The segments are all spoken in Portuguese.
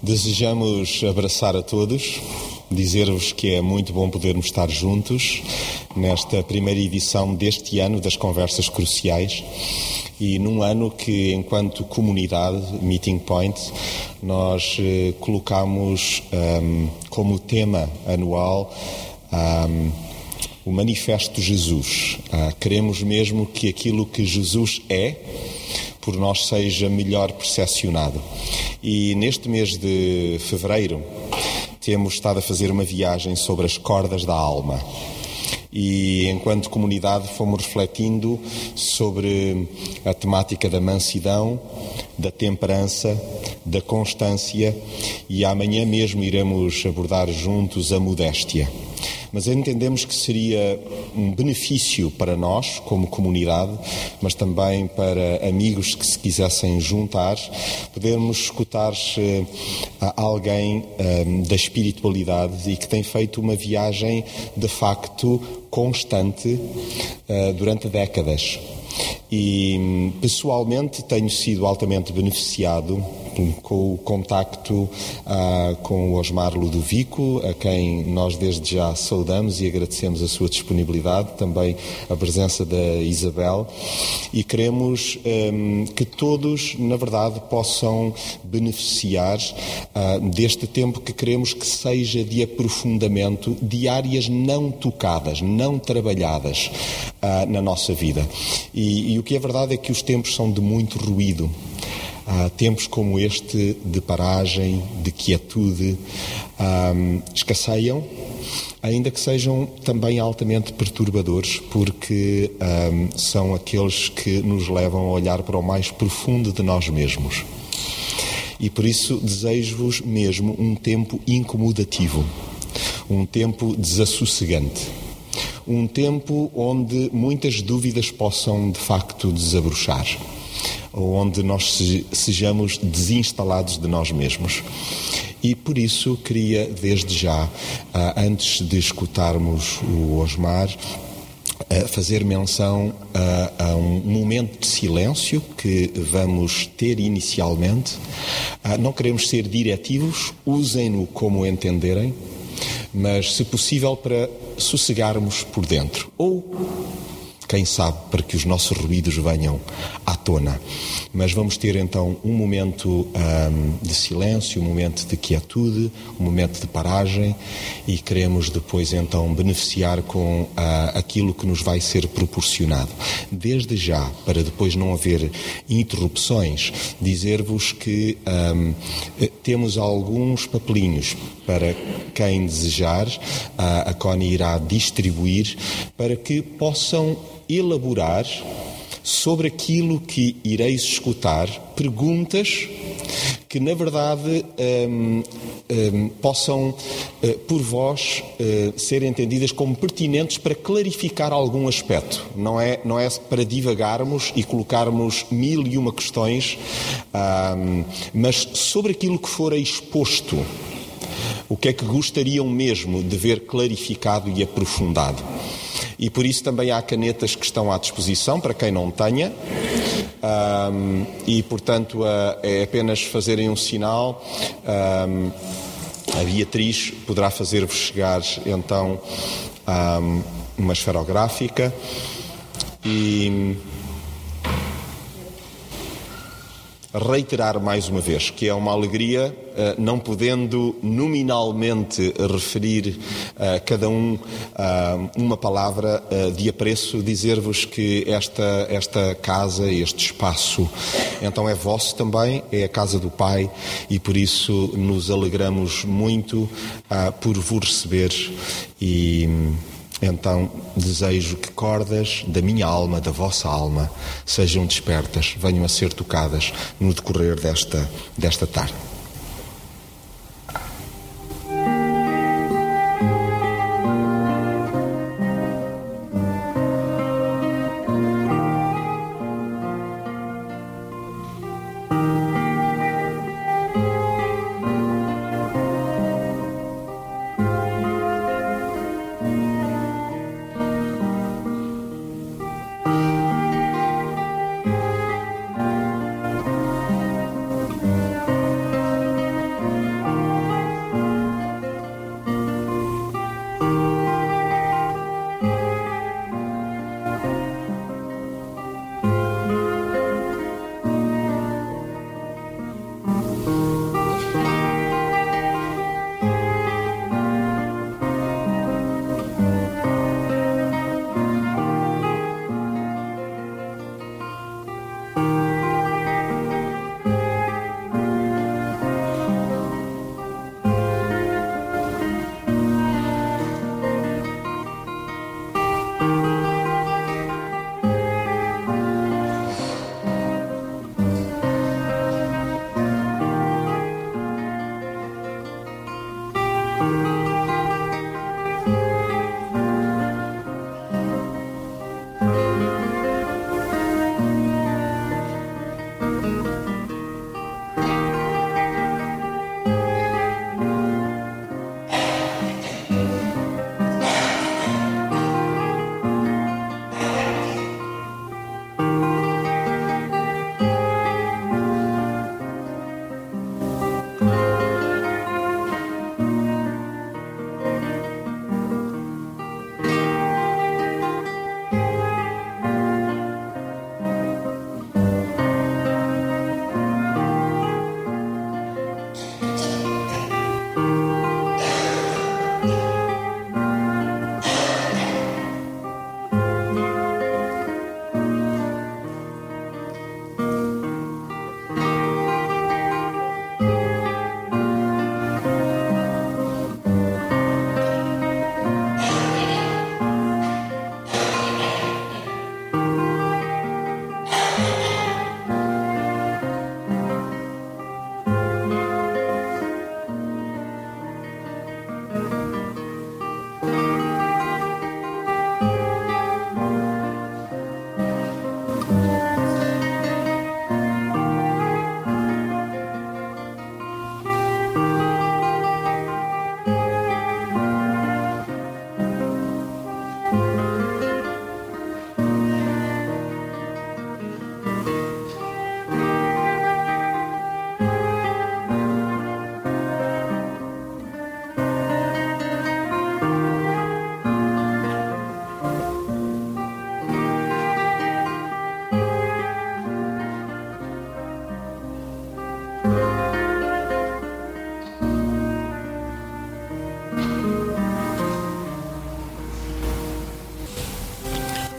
Desejamos abraçar a todos, dizer-vos que é muito bom podermos estar juntos nesta primeira edição deste ano das Conversas Cruciais e num ano que, enquanto comunidade, Meeting Point, nós colocamos como tema anual o Manifesto de Jesus. Queremos mesmo que aquilo que Jesus é, por nós seja melhor percepcionado. E neste mês de fevereiro temos estado a fazer uma viagem sobre as cordas da alma. E enquanto comunidade fomos refletindo sobre a temática da mansidão, da temperança, da constância e amanhã mesmo iremos abordar juntos a modéstia. Mas entendemos que seria um benefício para nós, como comunidade, mas também para amigos que se quisessem juntar, podermos escutar alguém da espiritualidade e que tem feito uma viagem, de facto, constante durante décadas. E, pessoalmente, tenho sido altamente beneficiado com o contacto com o Osmar Ludovico, a quem nós desde já saudamos e agradecemos a sua disponibilidade, também a presença da Isabel, e queremos que todos, na verdade, possam beneficiar deste tempo que queremos que seja de aprofundamento de áreas não tocadas, não trabalhadas na nossa vida. E o que é verdade é que os tempos são de muito ruído. Tempos como este de paragem, de quietude, escasseiam, ainda que sejam também altamente perturbadores, porque são aqueles que nos levam a olhar para o mais profundo de nós mesmos. E por isso desejo-vos mesmo um tempo incomodativo, um tempo desassossegante, um tempo onde muitas dúvidas possam de facto desabrochar, onde nós sejamos desinstalados de nós mesmos. E por isso queria desde já, antes de escutarmos o Osmar, fazer menção a um momento de silêncio que vamos ter inicialmente. Não queremos ser diretivos, usem-no como entenderem, mas se possível para sossegarmos por dentro. Ou quem sabe, para que os nossos ruídos venham à tona. Mas vamos ter então um momento de silêncio, um momento de quietude, um momento de paragem e queremos depois então beneficiar com aquilo que nos vai ser proporcionado. Desde já, para depois não haver interrupções, dizer-vos que temos alguns papelinhos para quem desejar, a Connie irá distribuir para que possam elaborar sobre aquilo que ireis escutar, perguntas que, na verdade, possam, por vós, ser entendidas como pertinentes para clarificar algum aspecto. Não é para divagarmos e colocarmos 1001 questões, mas sobre aquilo que for exposto. O que é que gostariam mesmo de ver clarificado e aprofundado? E por isso também há canetas que estão à disposição para quem não tenha e, portanto, é apenas fazerem um sinal. A Beatriz poderá fazer-vos chegar, então, uma esferográfica e reiterar mais uma vez que é uma alegria, não podendo nominalmente referir a cada um uma palavra de apreço, dizer-vos que esta casa, este espaço, então é vosso também, é a casa do Pai e por isso nos alegramos muito por vos receber e então desejo que cordas da minha alma, da vossa alma, sejam despertas, venham a ser tocadas no decorrer desta tarde.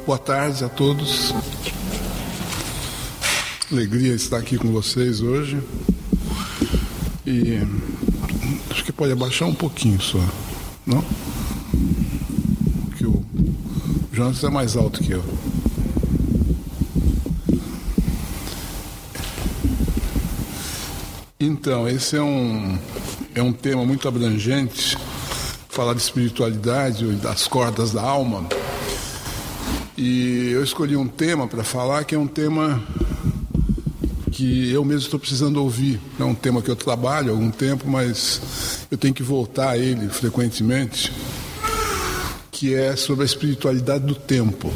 Boa tarde a todos. Alegria estar aqui com vocês hoje. E acho que pode abaixar um pouquinho só, não? Porque o Jonas é mais alto que eu. Então, esse é um tema muito abrangente, falar de espiritualidade, das cordas da alma. E eu escolhi um tema para falar que é um tema que eu mesmo estou precisando ouvir. É um tema que eu trabalho há algum tempo, mas eu tenho que voltar a ele frequentemente, que é sobre a espiritualidade do tempo,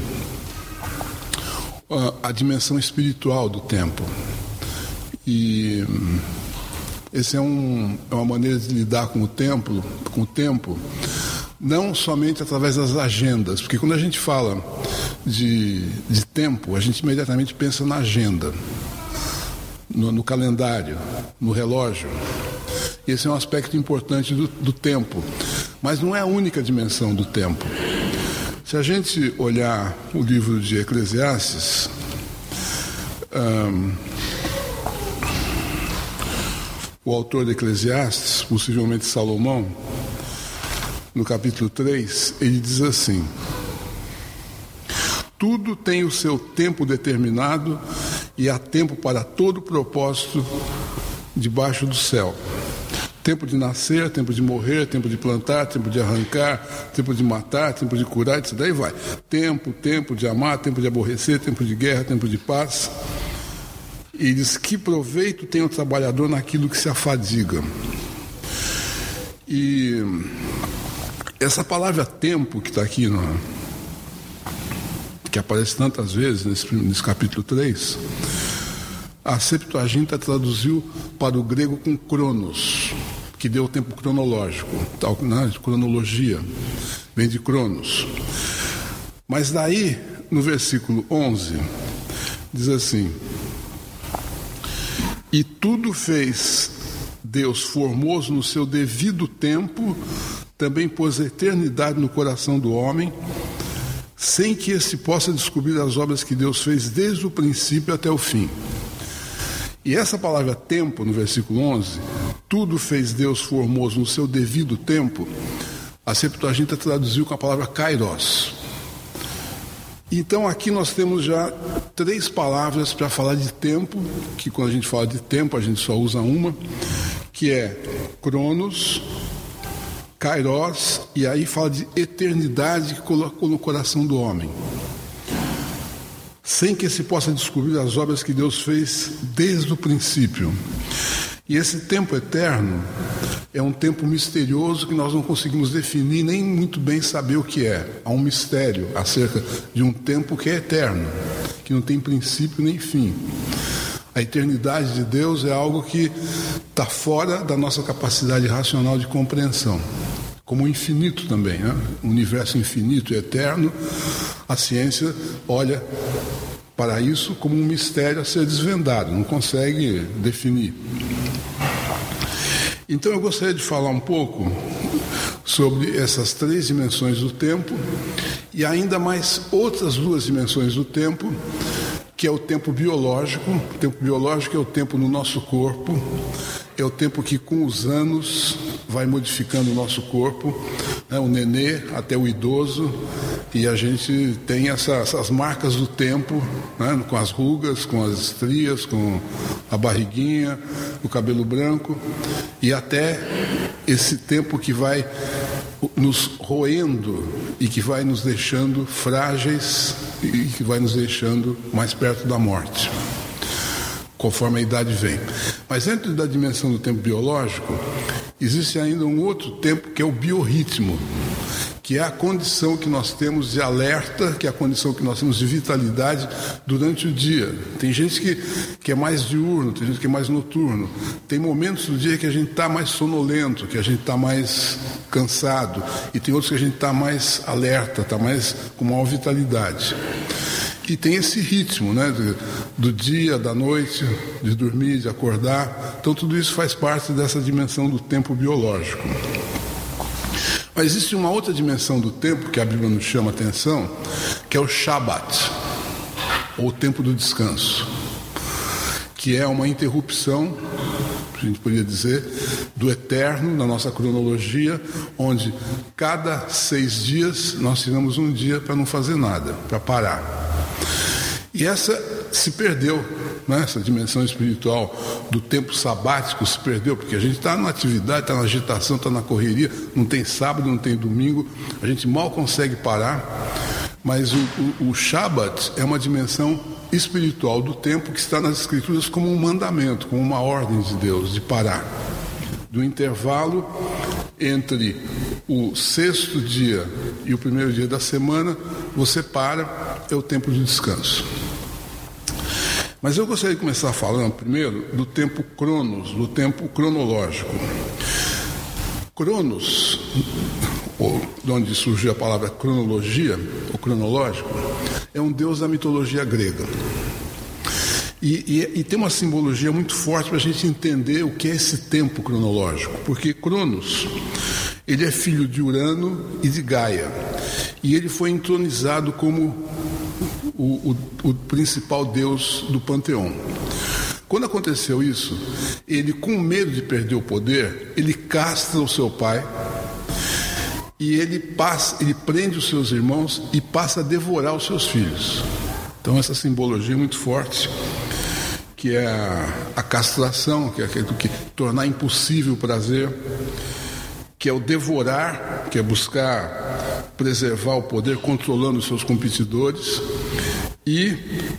a dimensão espiritual do tempo. E essa é uma maneira de lidar com o tempo, não somente através das agendas, porque quando a gente fala de tempo, a gente imediatamente pensa na agenda, no calendário, no relógio. Esse é um aspecto importante do tempo, mas não é a única dimensão do tempo. Se a gente olhar o livro de Eclesiastes, o autor de Eclesiastes, possivelmente Salomão, no capítulo 3, ele diz assim: tudo tem o seu tempo determinado e há tempo para todo propósito debaixo do céu. Tempo de nascer, tempo de morrer, tempo de plantar, tempo de arrancar, tempo de matar, tempo de curar, etc. Daí vai. Tempo de amar, tempo de aborrecer, tempo de guerra, tempo de paz. E diz: que proveito tem o trabalhador naquilo que se afadiga. E essa palavra tempo que está aqui, que aparece tantas vezes nesse capítulo 3, a Septuaginta traduziu para o grego com cronos, que deu o tempo cronológico, tal, né? Cronologia, vem de cronos. Mas daí, no versículo 11, diz assim: e tudo fez Deus formoso no seu devido tempo, também pôs a eternidade no coração do homem, sem que esse possa descobrir as obras que Deus fez desde o princípio até o fim. E essa palavra tempo, no versículo 11, tudo fez Deus formoso no seu devido tempo, a Septuaginta traduziu com a palavra kairos. Então aqui nós temos já 3 palavras para falar de tempo, que quando a gente fala de tempo a gente só usa uma, que é cronos, kairos, e aí fala de eternidade que colocou no coração do homem, sem que se possa descobrir as obras que Deus fez desde o princípio. E esse tempo eterno é um tempo misterioso que nós não conseguimos definir, nem muito bem saber o que é. Há um mistério acerca de um tempo que é eterno, que não tem princípio nem fim. A eternidade de Deus é algo que está fora da nossa capacidade racional de compreensão. Como o infinito também, né? O universo infinito e eterno, a ciência olha para isso como um mistério a ser desvendado, não consegue definir. Então eu gostaria de falar um pouco sobre essas 3 dimensões do tempo e ainda mais outras 2 dimensões do tempo, que é o tempo biológico. O tempo biológico é o tempo no nosso corpo, é o tempo que com os anos vai modificando o nosso corpo, né? O nenê até o idoso, e a gente tem essas marcas do tempo, né? Com as rugas, com as estrias, com a barriguinha, o cabelo branco, e até esse tempo que vai nos roendo e que vai nos deixando frágeis e que vai nos deixando mais perto da morte, conforme a idade vem. Mas dentro da dimensão do tempo biológico, existe ainda um outro tempo que é o biorritmo, que é a condição que nós temos de alerta, que é a condição que nós temos de vitalidade durante o dia. Tem gente que é mais diurno, tem gente que é mais noturno. Tem momentos do dia que a gente está mais sonolento, que a gente está mais cansado, e tem outros que a gente está mais alerta, está mais com maior vitalidade. E tem esse ritmo, né, do dia, da noite, de dormir, de acordar. Então tudo isso faz parte dessa dimensão do tempo biológico. Mas existe uma outra dimensão do tempo que a Bíblia nos chama a atenção, que é o Shabat, ou o tempo do descanso, que é uma interrupção, a gente poderia dizer, do eterno na nossa cronologia, onde cada 6 dias nós tiramos um dia para não fazer nada, para parar. E essa se perdeu, né? Essa dimensão espiritual do tempo sabático se perdeu, porque a gente está na atividade, está na agitação, está na correria, não tem sábado, não tem domingo, a gente mal consegue parar. Mas o Shabat é uma dimensão espiritual do tempo que está nas Escrituras como um mandamento, como uma ordem de Deus, de parar. Do intervalo entre o 6º dia e o 1º dia da semana, você para, é o tempo de descanso. Mas eu gostaria de começar falando primeiro do tempo cronos, do tempo cronológico. Cronos, de onde surgiu a palavra cronologia, ou cronológico, é um deus da mitologia grega. E tem uma simbologia muito forte para a gente entender o que é esse tempo cronológico, porque Cronos, ele é filho de Urano e de Gaia, e ele foi entronizado como o principal deus do panteão. Quando aconteceu isso, ele, com medo de perder o poder, ele castra o seu pai, e ele prende os seus irmãos e passa a devorar os seus filhos. Então essa simbologia é muito forte, que é a castração, que é aquilo que tornar impossível o prazer, que é o devorar, que é buscar preservar o poder, controlando os seus competidores, e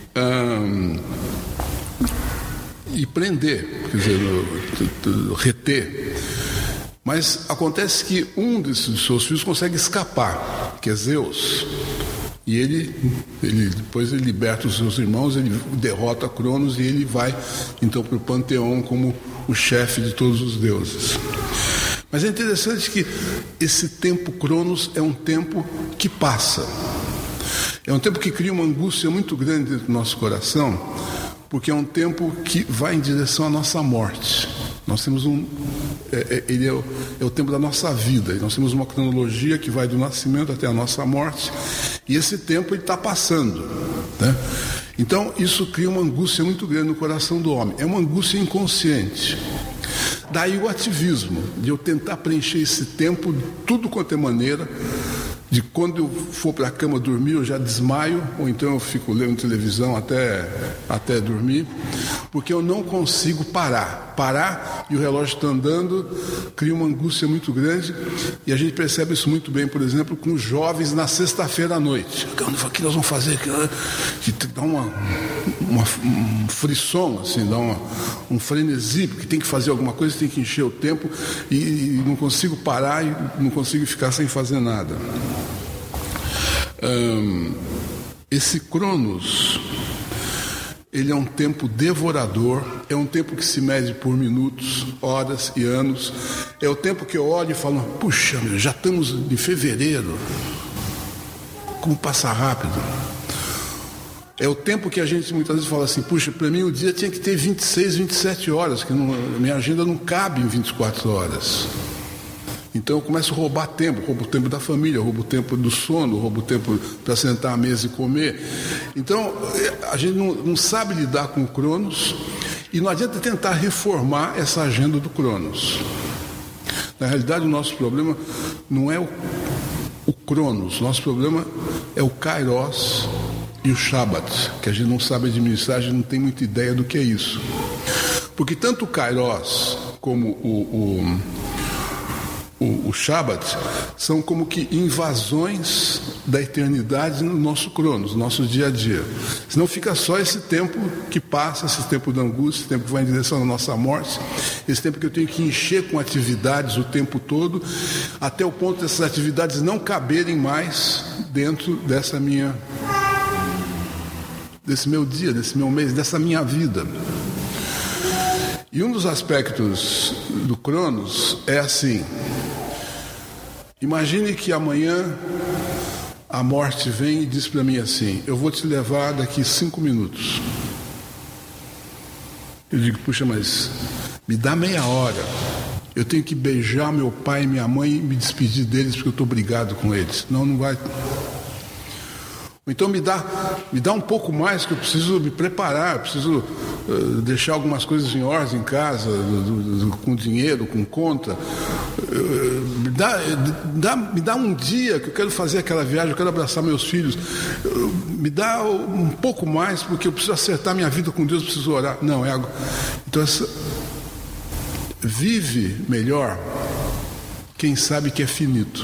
prender, quer dizer, reter. Mas acontece que um desses seus filhos consegue escapar, que é Zeus. E depois ele liberta os seus irmãos, ele derrota Cronos e ele vai então para o panteão como o chefe de todos os deuses. Mas é interessante que esse tempo Cronos é um tempo que passa. É um tempo que cria uma angústia muito grande dentro do nosso coração, porque é um tempo que vai em direção à nossa morte. Nós temos ele é o tempo da nossa vida, e nós temos uma cronologia que vai do nascimento até a nossa morte, e esse tempo está passando, né? Então isso cria uma angústia muito grande no coração do homem, é uma angústia inconsciente. Daí o ativismo, de eu tentar preencher esse tempo de tudo quanto é maneira, de quando eu for para a cama dormir eu já desmaio, ou então eu fico lendo televisão até dormir, porque eu não consigo parar e o relógio está andando, cria uma angústia muito grande, e a gente percebe isso muito bem, por exemplo, com os jovens na sexta-feira à noite. O que nós vamos fazer? Dá um frisson, assim, dá um frenesi, porque tem que fazer alguma coisa, tem que encher o tempo, e não consigo parar e não consigo ficar sem fazer nada. Esse Cronos, ele é um tempo devorador, é um tempo que se mede por minutos, horas e anos. É o tempo que eu olho e falo, puxa, já estamos em fevereiro, como passa rápido. É o tempo que a gente muitas vezes fala assim, puxa, para mim o dia tinha que ter 26, 27 horas, que minha agenda não cabe em 24 horas. Então eu começo a roubar tempo, roubo o tempo da família, roubo o tempo do sono, roubo o tempo para sentar à mesa e comer. Então a gente não sabe lidar com o Cronos, e não adianta tentar reformar essa agenda do Cronos. Na realidade o nosso problema não é o Cronos, nosso problema é o Kairos e o Shabat, que a gente não sabe administrar, a gente não tem muita ideia do que é isso. Porque tanto o Kairos como o Shabat são como que invasões da eternidade no nosso Cronos, no nosso dia a dia. Senão fica só esse tempo que passa, esse tempo da angústia, esse tempo que vai em direção à nossa morte, esse tempo que eu tenho que encher com atividades o tempo todo, até o ponto dessas atividades não caberem mais dentro desse meu dia, desse meu mês, dessa minha vida. E um dos aspectos do Cronos é assim: imagine que amanhã a morte vem e diz para mim assim, eu vou te levar daqui 5 minutos. Eu digo, puxa, mas me dá meia hora. eu tenho que beijar meu pai e minha mãe e me despedir deles porque eu estou brigado com eles. Não vai. Então me dá um pouco mais, que eu preciso me preparar, eu preciso deixar algumas coisas em ordem em casa, com dinheiro, com conta. Me dá um dia que eu quero fazer aquela viagem, eu quero abraçar meus filhos. Me dá um pouco mais, porque eu preciso acertar minha vida com Deus, eu preciso orar. Não, é agora. Então, vive melhor quem sabe que é finito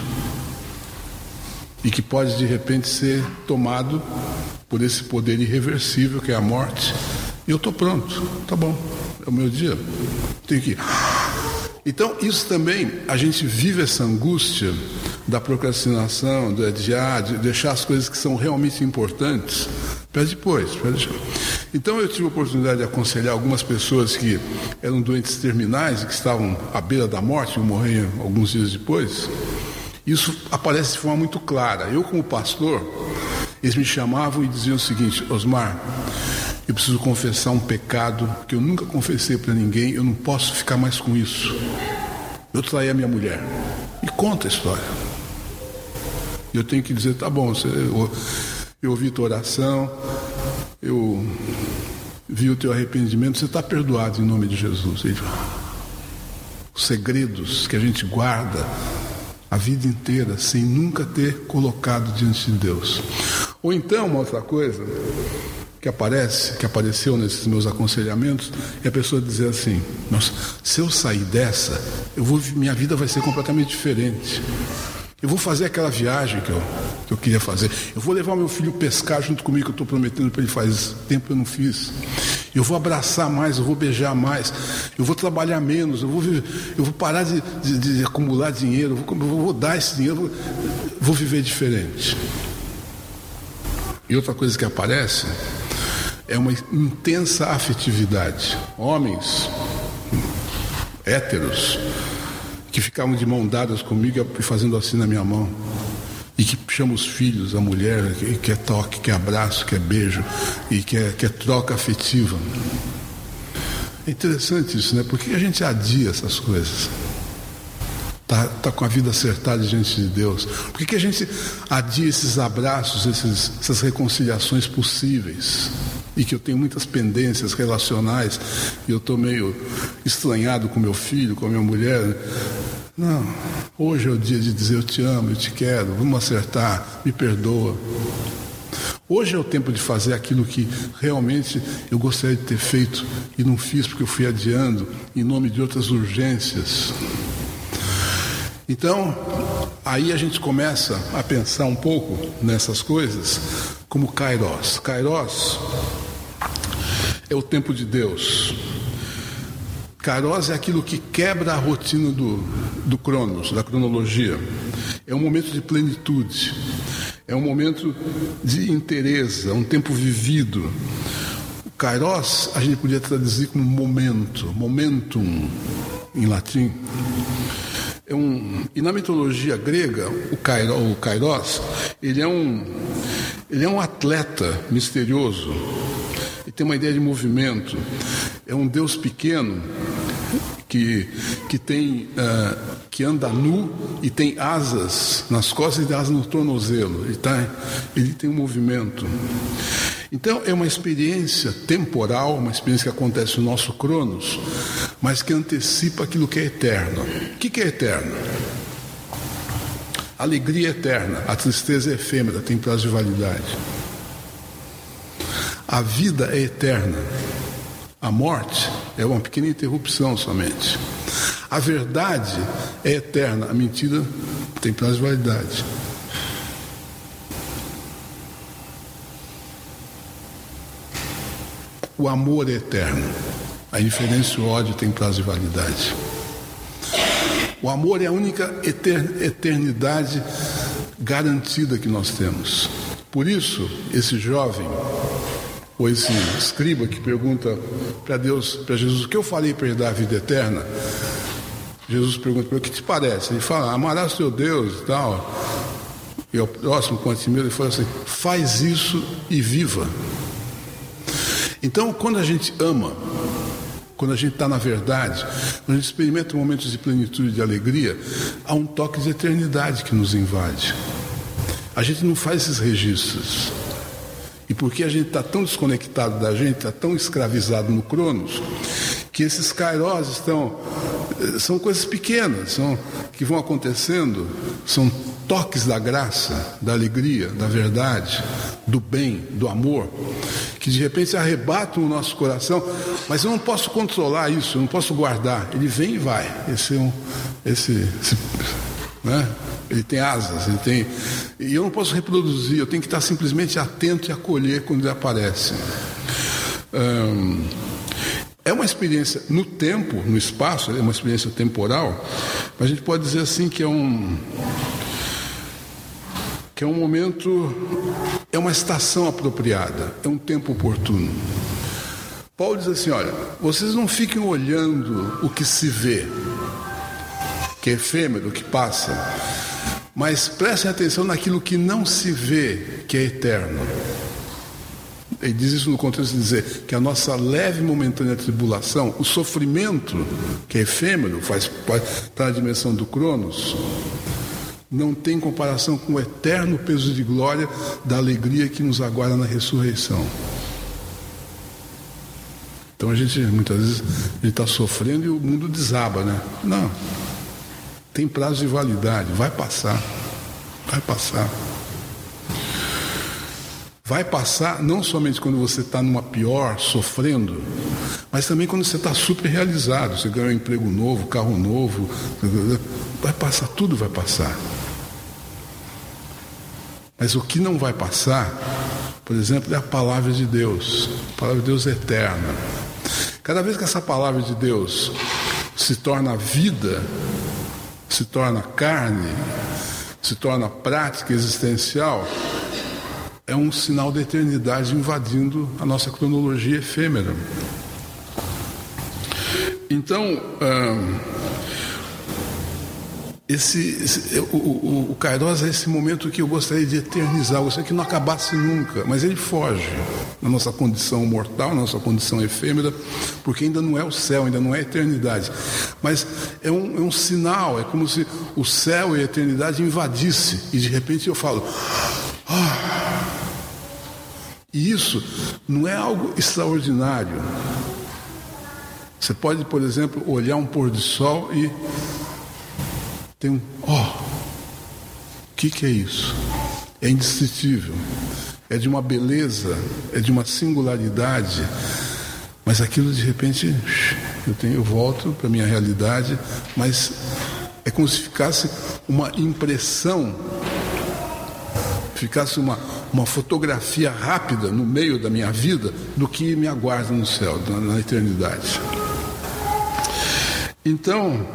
e que pode de repente ser tomado por esse poder irreversível que é a morte. E eu estou pronto, tá bom, é o meu dia, tenho que ir. Então isso também, a gente vive essa angústia da procrastinação, de adiar, de deixar as coisas que são realmente importantes para depois. Então eu tive a oportunidade de aconselhar algumas pessoas que eram doentes terminais e que estavam à beira da morte, e morriam alguns dias depois. Isso aparece de forma muito clara. Eu, como pastor, eles me chamavam e diziam o seguinte: Osmar, eu preciso confessar um pecado que eu nunca confessei para ninguém, eu não posso ficar mais com isso. Eu traí a minha mulher. E conta a história. Eu tenho que dizer, tá bom, eu ouvi tua oração, eu vi o teu arrependimento, você está perdoado em nome de Jesus. Os segredos que a gente guarda a vida inteira sem nunca ter colocado diante de Deus. Ou então, uma outra coisa que apareceu nesses meus aconselhamentos, é a pessoa dizer assim: nossa, se eu sair dessa, minha vida vai ser completamente diferente. Eu vou fazer aquela viagem que eu queria fazer. Eu vou levar meu filho pescar junto comigo, que eu estou prometendo para ele faz tempo que eu não fiz. Eu vou abraçar mais, eu vou beijar mais, eu vou trabalhar menos, eu vou parar de acumular dinheiro, eu vou dar esse dinheiro, vou viver diferente. E outra coisa que aparece é uma intensa afetividade. Homens héteros que ficavam de mão dadas comigo e fazendo assim na minha mão, e que chama os filhos, a mulher, que quer toque, quer abraço, quer beijo, e quer troca afetiva. É interessante isso, né? Por que a gente adia essas coisas? Tá com a vida acertada diante de Deus. Por que a gente adia esses abraços, essas reconciliações possíveis? E que eu tenho muitas pendências relacionais, e eu estou meio estranhado com meu filho, com a minha mulher. Não, hoje é o dia de dizer: eu te amo, eu te quero, vamos acertar, me perdoa. Hoje é o tempo de fazer aquilo que realmente eu gostaria de ter feito e não fiz porque eu fui adiando em nome de outras urgências. Então, aí a gente começa a pensar um pouco nessas coisas como Kairos. Kairos é o tempo de Deus. Kairos é aquilo que quebra a rotina do Cronos, da cronologia. É um momento de plenitude, é um momento de inteireza, um tempo vivido. O Kairos a gente podia traduzir como momento, momentum em latim. E na mitologia grega, o Kairos, ele é um atleta misterioso. Ele tem uma ideia de movimento. É um deus pequeno que anda nu e tem asas nas costas e asas no tornozelo. Ele tem um movimento. Então é uma experiência temporal, uma experiência que acontece no nosso Cronos, mas que antecipa aquilo que é eterno. O que é eterno? A alegria é eterna, a tristeza é efêmera, tem prazo de validade. A vida é eterna. A morte é uma pequena interrupção somente. A verdade é eterna, a mentira tem prazo de validade. O amor é eterno, a indiferença e o ódio tem prazo de validade. O amor é a única eternidade garantida que nós temos. Por isso, esse jovem, ou esse escriba que pergunta para Deus, para Jesus: o que eu falei para ele dar a vida eterna? Jesus pergunta para ele: o que te parece? Ele fala: amarás o teu Deus e tal, e ao próximo com a ti mesmo. Ele fala assim: faz isso e viva. Então, quando a gente ama, quando a gente está na verdade, quando a gente experimenta momentos de plenitude e de alegria, há um toque de eternidade que nos invade. A gente não faz esses registros. E porque a gente está tão desconectado da gente, está tão escravizado no Cronos, que esses kairós são coisas pequenas, que vão acontecendo, são toques da graça, da alegria, da verdade, do bem, do amor, que de repente arrebatam o nosso coração, mas eu não posso controlar isso, eu não posso guardar. Ele vem e vai. Né? Ele tem asas, e eu não posso reproduzir, eu tenho que estar simplesmente atento e acolher quando ele aparece. É uma experiência no tempo, no espaço, é uma experiência temporal, mas a gente pode dizer assim que é um momento, é uma estação apropriada, é um tempo oportuno. Paulo diz assim, olha, vocês não fiquem olhando o que se vê, que é efêmero, que passa, mas prestem atenção naquilo que não se vê, que é eterno. Ele diz isso no contexto de dizer que a nossa leve e momentânea tribulação, o sofrimento, que é efêmero, está na dimensão do Cronos, não tem comparação com o eterno peso de glória da alegria que nos aguarda na ressurreição. Então muitas vezes, a gente está sofrendo e o mundo desaba, né? Não. Tem prazo de validade, vai passar. Vai passar. Vai passar não somente quando você está numa pior, sofrendo, mas também quando você está super realizado, você ganhou um emprego novo, carro novo, vai passar, tudo vai passar. Mas o que não vai passar, por exemplo, é a palavra de Deus. A palavra de Deus é eterna. Cada vez que essa palavra de Deus se torna vida, se torna carne, se torna prática existencial, é um sinal da eternidade invadindo a nossa cronologia efêmera. Então, o Kairos é esse momento que eu gostaria de eternizar, eu gostaria que não acabasse nunca, mas ele foge na nossa condição mortal, na nossa condição efêmera, porque ainda não é o céu, ainda não é a eternidade. Mas é um sinal, é como se o céu e a eternidade invadisse, e de repente eu falo... E isso não é algo extraordinário. Você pode, por exemplo, olhar um pôr do sol e tem o que é isso? É indescritível. É de uma beleza, é de uma singularidade, mas aquilo de repente eu volto para a minha realidade, mas é como se ficasse uma impressão, ficasse uma fotografia rápida no meio da minha vida do que me aguarda no céu, na eternidade. Então,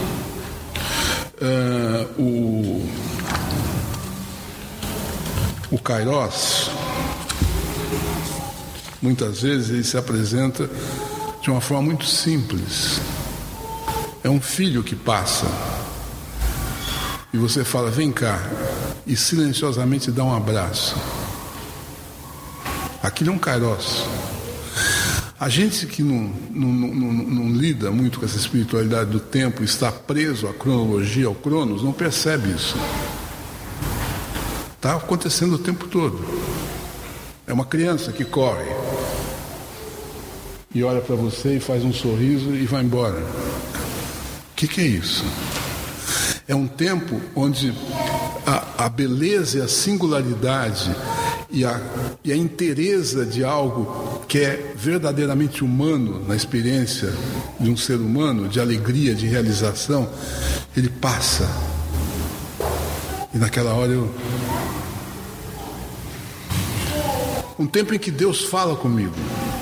o Kairos, muitas vezes ele se apresenta de uma forma muito simples. É um filho que passa e você fala, vem cá, e silenciosamente dá um abraço. Aquilo é um Kairos. A gente que não lida muito com essa espiritualidade do tempo, está preso à cronologia, ao Cronos, não percebe isso. Está acontecendo o tempo todo. É uma criança que corre e olha para você e faz um sorriso e vai embora. O que é isso? É um tempo onde a beleza e a singularidade e a inteireza de algo que é verdadeiramente humano na experiência de um ser humano, de alegria, de realização, ele passa. E naquela hora um tempo em que Deus fala comigo.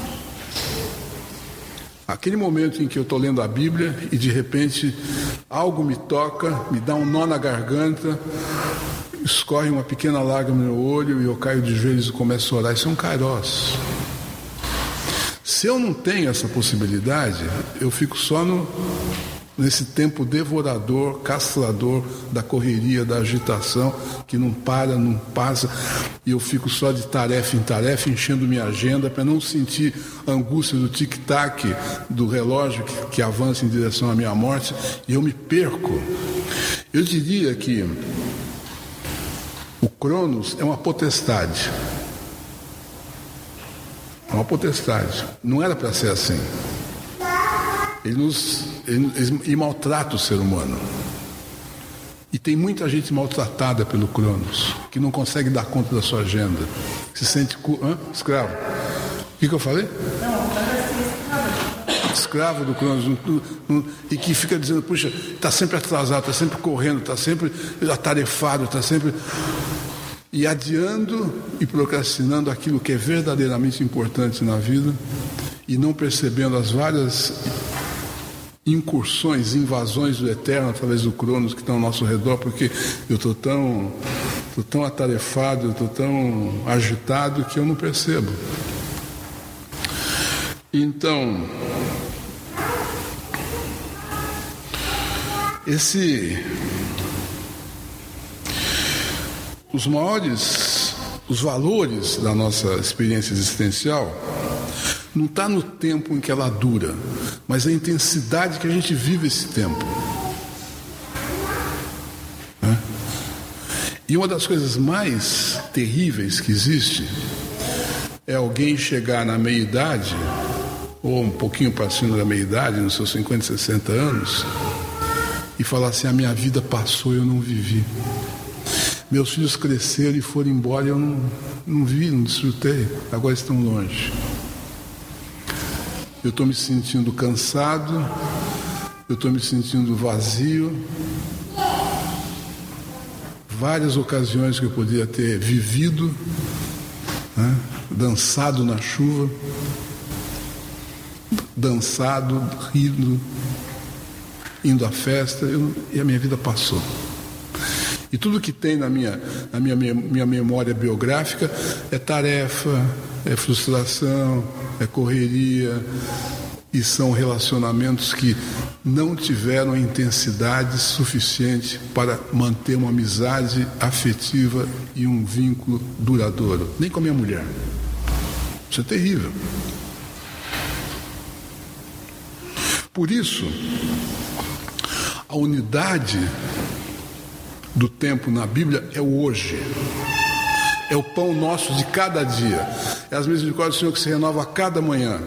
Aquele momento em que eu estou lendo a Bíblia e de repente algo me toca, me dá um nó na garganta, escorre uma pequena lágrima no meu olho e eu caio de joelhos e começo a orar. Isso é um Kairos. Se eu não tenho essa possibilidade, eu fico só no nesse tempo devorador, castrador da correria, da agitação, que não para, não passa, e eu fico só de tarefa em tarefa, enchendo minha agenda, para não sentir a angústia do tic-tac do relógio que avança em direção à minha morte, e eu me perco. Eu diria que o Cronos é uma potestade. É uma potestade. Não era para ser assim. Ele maltrata o ser humano. E tem muita gente maltratada pelo Cronos, que não consegue dar conta da sua agenda. Se sente escravo. O que eu falei? Escravo do Cronos. E que fica dizendo, puxa, está sempre atrasado, está sempre correndo, está sempre atarefado, está sempre... E adiando e procrastinando aquilo que é verdadeiramente importante na vida, e não percebendo as várias incursões, invasões do Eterno através do Cronos que estão ao nosso redor, porque eu estou tão atarefado, eu estou tão agitado que eu não percebo. Então, os valores da nossa experiência existencial não está no tempo em que ela dura, mas a intensidade que a gente vive esse tempo. E uma das coisas mais terríveis que existe é alguém chegar na meia-idade, ou um pouquinho para cima da meia-idade, nos seus 50, 60 anos, e falar assim, a minha vida passou e eu não vivi. Meus filhos cresceram e foram embora e eu não vi, não desfrutei, agora estão longe. Eu estou me sentindo cansado, eu estou me sentindo vazio. Várias ocasiões que eu podia ter vivido, dançado na chuva, dançado, rindo, indo à festa, e a minha vida passou. E tudo que tem na minha memória biográfica é tarefa, é frustração, é correria, e são relacionamentos que não tiveram a intensidade suficiente para manter uma amizade afetiva e um vínculo duradouro. Nem com a minha mulher. Isso é terrível. Por isso, a unidade do tempo na Bíblia é o hoje. É o pão nosso de cada dia. É as misericórdias do Senhor que se renova a cada manhã.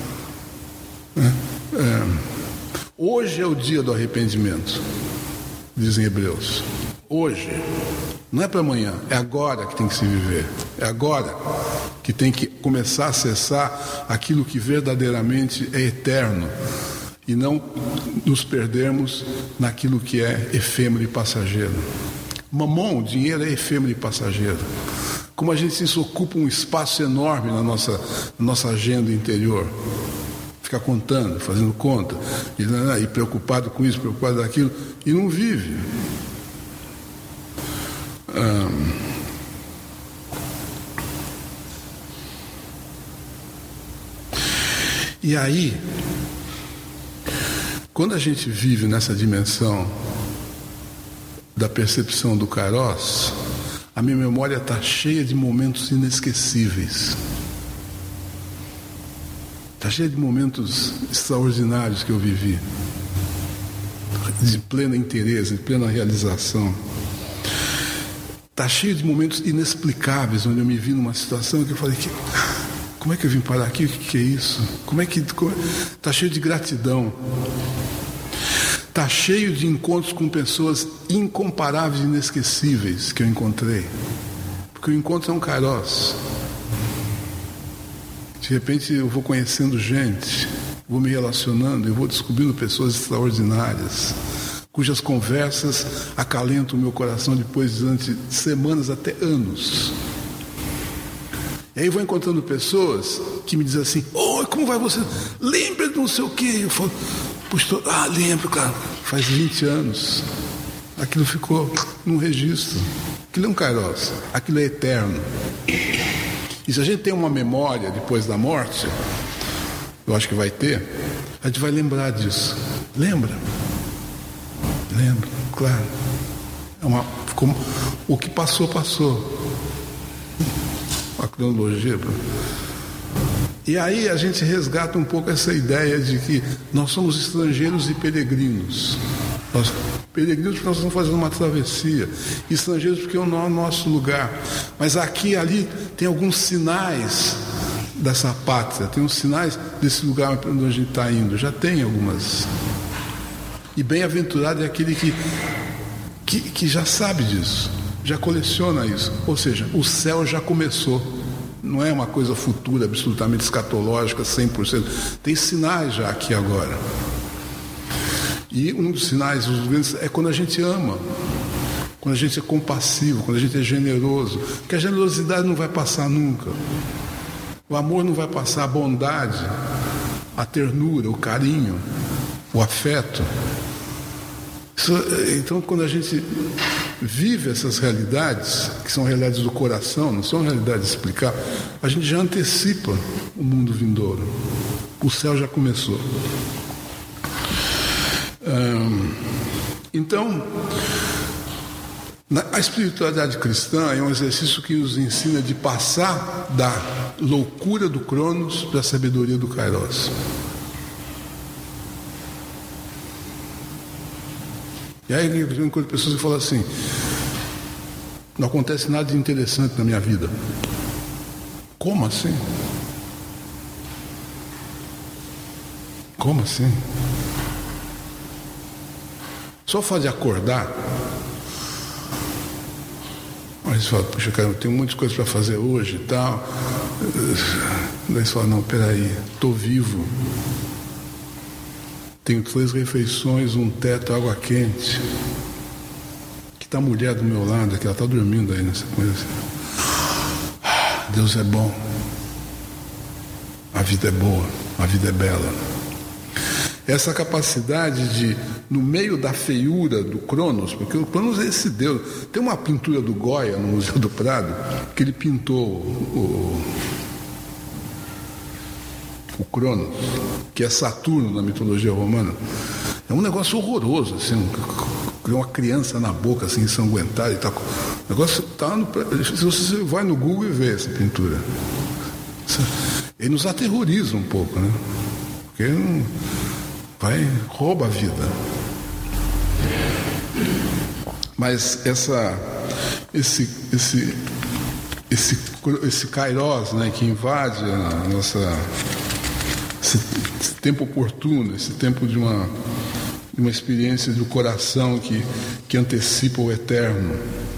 Hoje é o dia do arrependimento, dizem Hebreus. Hoje. Não é para amanhã, é agora que tem que se viver. É agora que tem que começar a acessar aquilo que verdadeiramente é eterno. E não nos perdermos naquilo que é efêmero e passageiro. Mamon, dinheiro é efêmero e passageiro. Como a gente isso ocupa um espaço enorme na nossa agenda interior. Fica contando, fazendo conta, e preocupado com isso, preocupado daquilo, e não vive. E aí, quando a gente vive nessa dimensão da percepção do Kairos, a minha memória está cheia de momentos inesquecíveis. Está cheia de momentos extraordinários que eu vivi, de plena interesse, de plena realização. Está cheio de momentos inexplicáveis, onde eu me vi numa situação que eu falei, como é que eu vim parar aqui? O que é isso? Está cheio de gratidão. Está cheio de encontros com pessoas incomparáveis e inesquecíveis que eu encontrei. Porque o encontro é um Kairos. De repente eu vou conhecendo gente, vou me relacionando, eu vou descobrindo pessoas extraordinárias, cujas conversas acalentam o meu coração depois durante semanas, até anos. E aí eu vou encontrando pessoas que me dizem assim, como vai você? Lembra de não sei o quê? Eu falo, puxa, lembro, cara, faz 20 anos. Aquilo ficou num registro. Aquilo é um Kairos, aquilo é eterno. E se a gente tem uma memória depois da morte, eu acho que vai ter, a gente vai lembrar disso. Lembra? Lembro, claro. O que passou. A cronologia. E aí a gente resgata um pouco essa ideia de que nós somos estrangeiros e peregrinos. Peregrinos porque nós estamos fazendo uma travessia, estrangeiros porque não é o nosso lugar. Mas aqui e ali tem alguns sinais dessa pátria, tem uns sinais desse lugar onde a gente está indo. Já tem algumas. E bem-aventurado é aquele que já sabe disso, já coleciona isso. Ou seja, o céu já começou. Não é uma coisa futura, absolutamente escatológica, 100%. Tem sinais já aqui agora. E um dos sinais, os grandes, é quando a gente ama, quando a gente é compassivo, quando a gente é generoso. Porque a generosidade não vai passar nunca. O amor não vai passar, a bondade, a ternura, o carinho, o afeto. Então, quando a gente vive essas realidades, que são realidades do coração, não são realidades explicadas, a gente já antecipa o mundo vindouro. O céu já começou. Então, a espiritualidade cristã é um exercício que nos ensina de passar da loucura do Cronos para a sabedoria do Kairos. E aí eu encontro pessoas que falam assim: não acontece nada de interessante na minha vida. Como assim? Como assim? Só o fato de acordar. Aí você fala: puxa, cara, eu tenho muitas coisas para fazer hoje e tal. Daí você fala: não, peraí, estou vivo. Tenho 3 refeições, um teto, água quente. Que está a mulher do meu lado, que ela está dormindo aí nessa coisa. Deus é bom. A vida é boa, a vida é bela. Essa capacidade de, no meio da feiura do Cronos, porque o Cronos é esse Deus. Tem uma pintura do Goya no Museu do Prado, que ele pintou o Cronos, que é Saturno na mitologia romana. É um negócio horroroso, assim, uma criança na boca, assim, ensanguentada e tal. O negócio está se você vai no Google e vê essa pintura. Ele nos aterroriza um pouco, né? Porque ele rouba a vida. Mas esse Kairos, né, que invade a nossa... Esse tempo oportuno, esse tempo de uma experiência do coração que antecipa o eterno.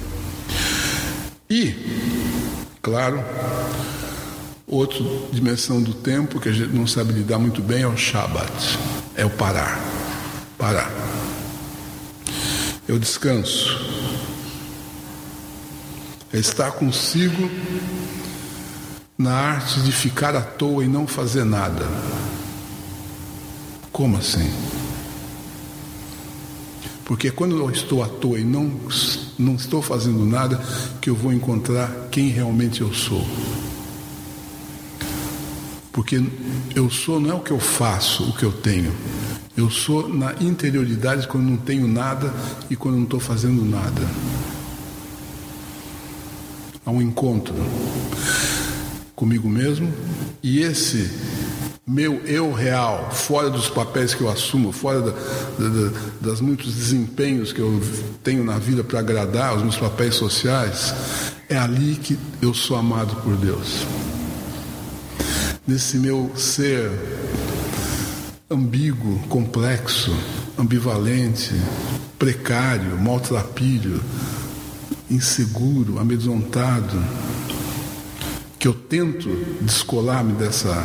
E, claro, outra dimensão do tempo que a gente não sabe lidar muito bem é o Shabbat, é o parar. É o descanso. É estar consigo na arte de ficar à toa e não fazer nada. Como assim? Porque quando eu estou à toa e não estou fazendo nada, que eu vou encontrar quem realmente eu sou. Porque eu sou não é o que eu faço, o que eu tenho. Eu sou na interioridade quando não tenho nada e quando não estou fazendo nada. Há um encontro comigo mesmo, e esse meu eu real, fora dos papéis que eu assumo, fora das muitos desempenhos que eu tenho na vida para agradar os meus papéis sociais, é ali que eu sou amado por Deus. Nesse meu ser ambíguo, complexo, ambivalente, precário, maltrapilho, inseguro, amedrontado, que eu tento descolar-me dessa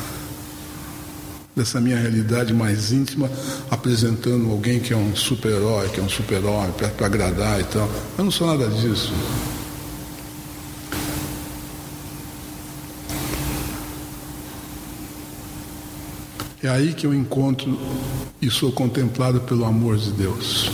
minha realidade mais íntima, apresentando alguém que é um super-herói, para agradar e tal. Eu não sou nada disso. É aí que eu encontro e sou contemplado pelo amor de Deus.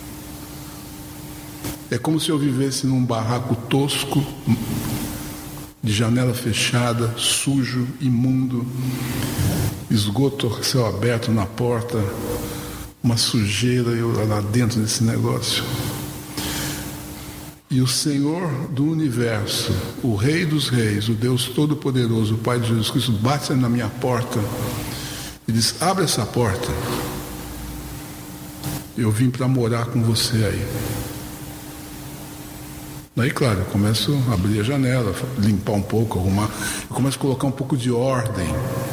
É como se eu vivesse num barraco tosco, de janela fechada, sujo, imundo, esgoto a céu aberto na porta, uma sujeira eu lá dentro desse negócio. E o Senhor do universo, o Rei dos Reis, o Deus Todo-Poderoso, o Pai de Jesus Cristo, bate na minha porta e diz: abre essa porta, eu vim para morar com você aí. Daí, claro, eu começo a abrir a janela, limpar um pouco, arrumar, eu começo a colocar um pouco de ordem,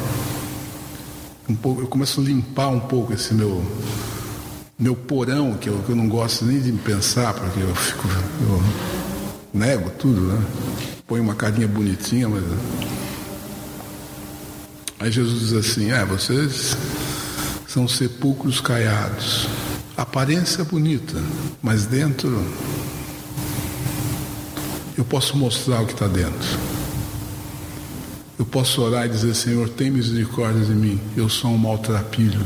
eu começo a limpar um pouco esse meu porão, que eu não gosto nem de pensar, porque eu nego tudo, né? Põe uma carinha bonitinha, mas... Aí Jesus diz assim: vocês são sepulcros caiados, aparência bonita, mas dentro eu posso mostrar o que está dentro. Eu posso orar e dizer: Senhor, tem misericórdia de mim, eu sou um maltrapilho.